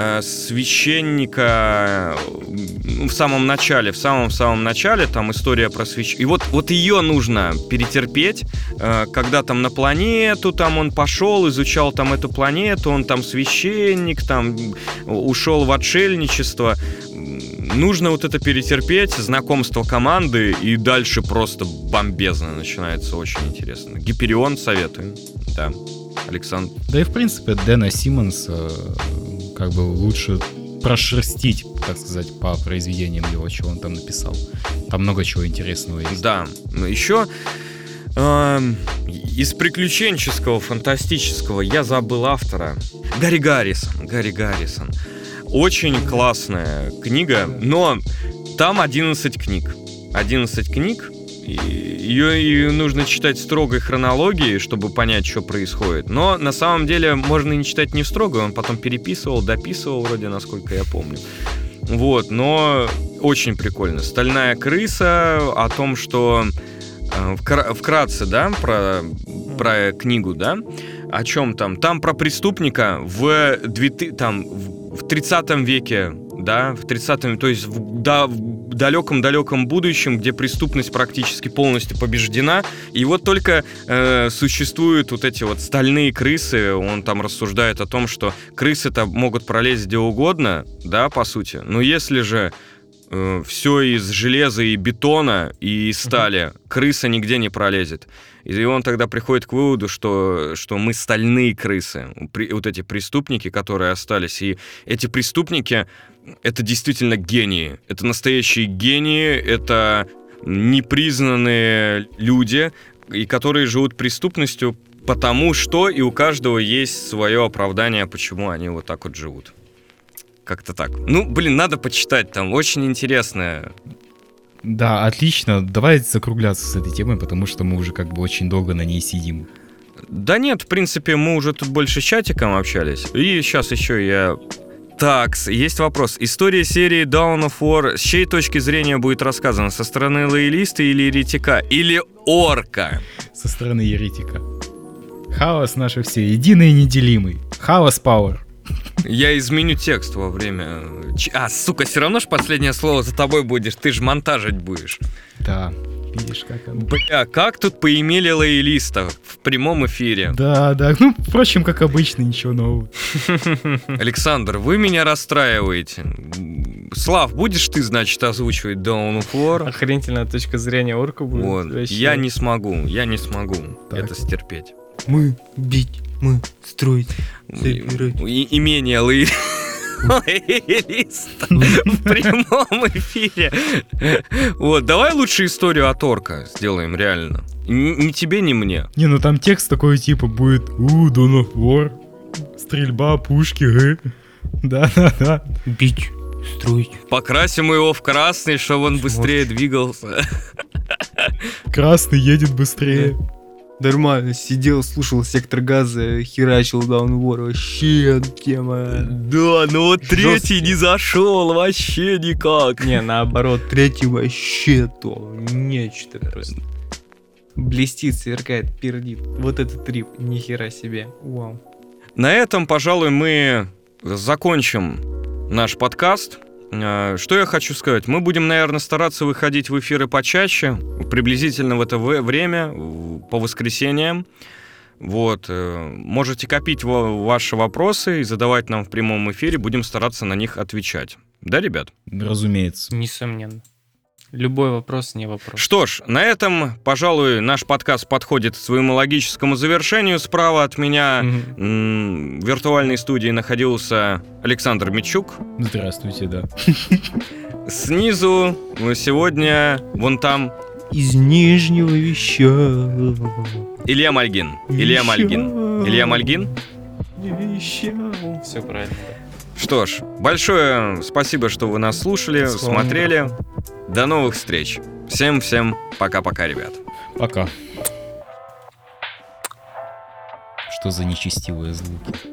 Speaker 1: священника в самом начале, в самом начале, там история про священника. И вот ее нужно перетерпеть, когда там на планету, там он пошел, изучал там эту планету, он там священник, там ушел в отшельничество. Нужно вот это перетерпеть, знакомство команды, и дальше просто бомбезно начинается, очень интересно. Гиперион советую, да, Александр.
Speaker 3: Да и в принципе Дэна Симмонса как бы лучше прошерстить, так сказать, по произведениям его, что он там написал. Там много чего интересного есть.
Speaker 1: Да, еще из приключенческого, фантастического я забыл автора. Гарри Гаррисон. Очень классная книга, но там 11 книг. 11 книг, и ее нужно читать в строгой хронологии, чтобы понять, что происходит. Но на самом деле можно и не читать не в строгой, он потом переписывал, дописывал вроде, насколько я помню. Вот, но очень прикольно. «Стальная крыса», о том, что... Вкратце, да, про книгу, да, о чем там? Там про преступника в 30 веке, да, в 30-м, то есть в далеком-далеком будущем, где преступность практически полностью побеждена, и вот только существуют вот эти вот стальные крысы, он там рассуждает о том, что крысы-то могут пролезть где угодно, да, по сути, но если же все из железа и бетона и из стали, крыса нигде не пролезет. И он тогда приходит к выводу, что мы стальные крысы, вот эти преступники, которые остались. И эти преступники — это действительно гении. Это настоящие гении, это непризнанные люди, и которые живут преступностью, потому что и у каждого есть свое оправдание, почему они вот так вот живут. Как-то так. Ну, блин, надо почитать, там очень интересное.
Speaker 3: Да, отлично. Давай закругляться с этой темой, потому что мы уже как бы очень долго на ней сидим.
Speaker 1: Да нет, в принципе, мы уже тут больше с чатиком общались. И сейчас еще я... Так, есть вопрос. История серии Dawn of War с чьей точки зрения будет рассказана? Со стороны лоялиста или еретика? Или орка?
Speaker 3: Со стороны еретика. Хаос наше все, единый и неделимый. Хаос Power.
Speaker 1: Я изменю текст во время... сука, все равно ж последнее слово за тобой будешь. Ты же монтажить будешь.
Speaker 3: Да, видишь, как оно.
Speaker 1: Бля, как тут поимели лоялистов в прямом эфире?
Speaker 3: Да, ну, впрочем, как обычно, ничего нового.
Speaker 1: Александр, вы меня расстраиваете. Слав, будешь ты, значит, озвучивать Dawn of War?
Speaker 2: Охренительная точка зрения орка будет.
Speaker 1: Вот.
Speaker 2: Вообще.
Speaker 1: Я не смогу
Speaker 3: Так.
Speaker 1: это стерпеть.
Speaker 5: Мы бить, мы строить, собирать.
Speaker 1: Имение лоялиста в прямом эфире. Вот, давай лучше историю от орка сделаем, реально. Ни тебе, ни мне.
Speaker 3: Не, ну там текст такой типа будет Dawn of War, стрельба, пушки, Да.
Speaker 5: Бить, строить.
Speaker 1: Покрасим его в красный, чтобы он быстрее двигался.
Speaker 3: Красный едет быстрее.
Speaker 5: Нормально, сидел, слушал «Сектор газа», херачил Dawn of War, вообще тема.
Speaker 1: Да, ну вот третий не зашел вообще никак.
Speaker 5: Не, наоборот, третий вообще то, нечто просто.
Speaker 2: Блестит, сверкает, пердит. Вот этот трип, нихера себе. Вау.
Speaker 1: На этом, пожалуй, мы закончим наш подкаст. Что я хочу сказать? Мы будем, наверное, стараться выходить в эфиры почаще, приблизительно в это время, по воскресеньям. Вот. Можете копить ваши вопросы и задавать нам в прямом эфире. Будем стараться на них отвечать. Да, ребят?
Speaker 3: Разумеется.
Speaker 2: Несомненно. Любой вопрос не вопрос.
Speaker 1: Что ж, на этом, пожалуй, наш подкаст подходит к своему логическому завершению. Справа от меня в виртуальной студии находился Александр Митчук.
Speaker 3: Здравствуйте, да.
Speaker 1: Снизу сегодня вон там
Speaker 5: Из нижнего веща.
Speaker 1: Илья Мальгин. Илья Мальгин?
Speaker 2: Все правильно.
Speaker 1: Что ж, большое спасибо, что вы нас слушали, смотрели. До новых встреч. Всем пока-пока, ребят.
Speaker 3: Пока. Что за нечестивые звуки?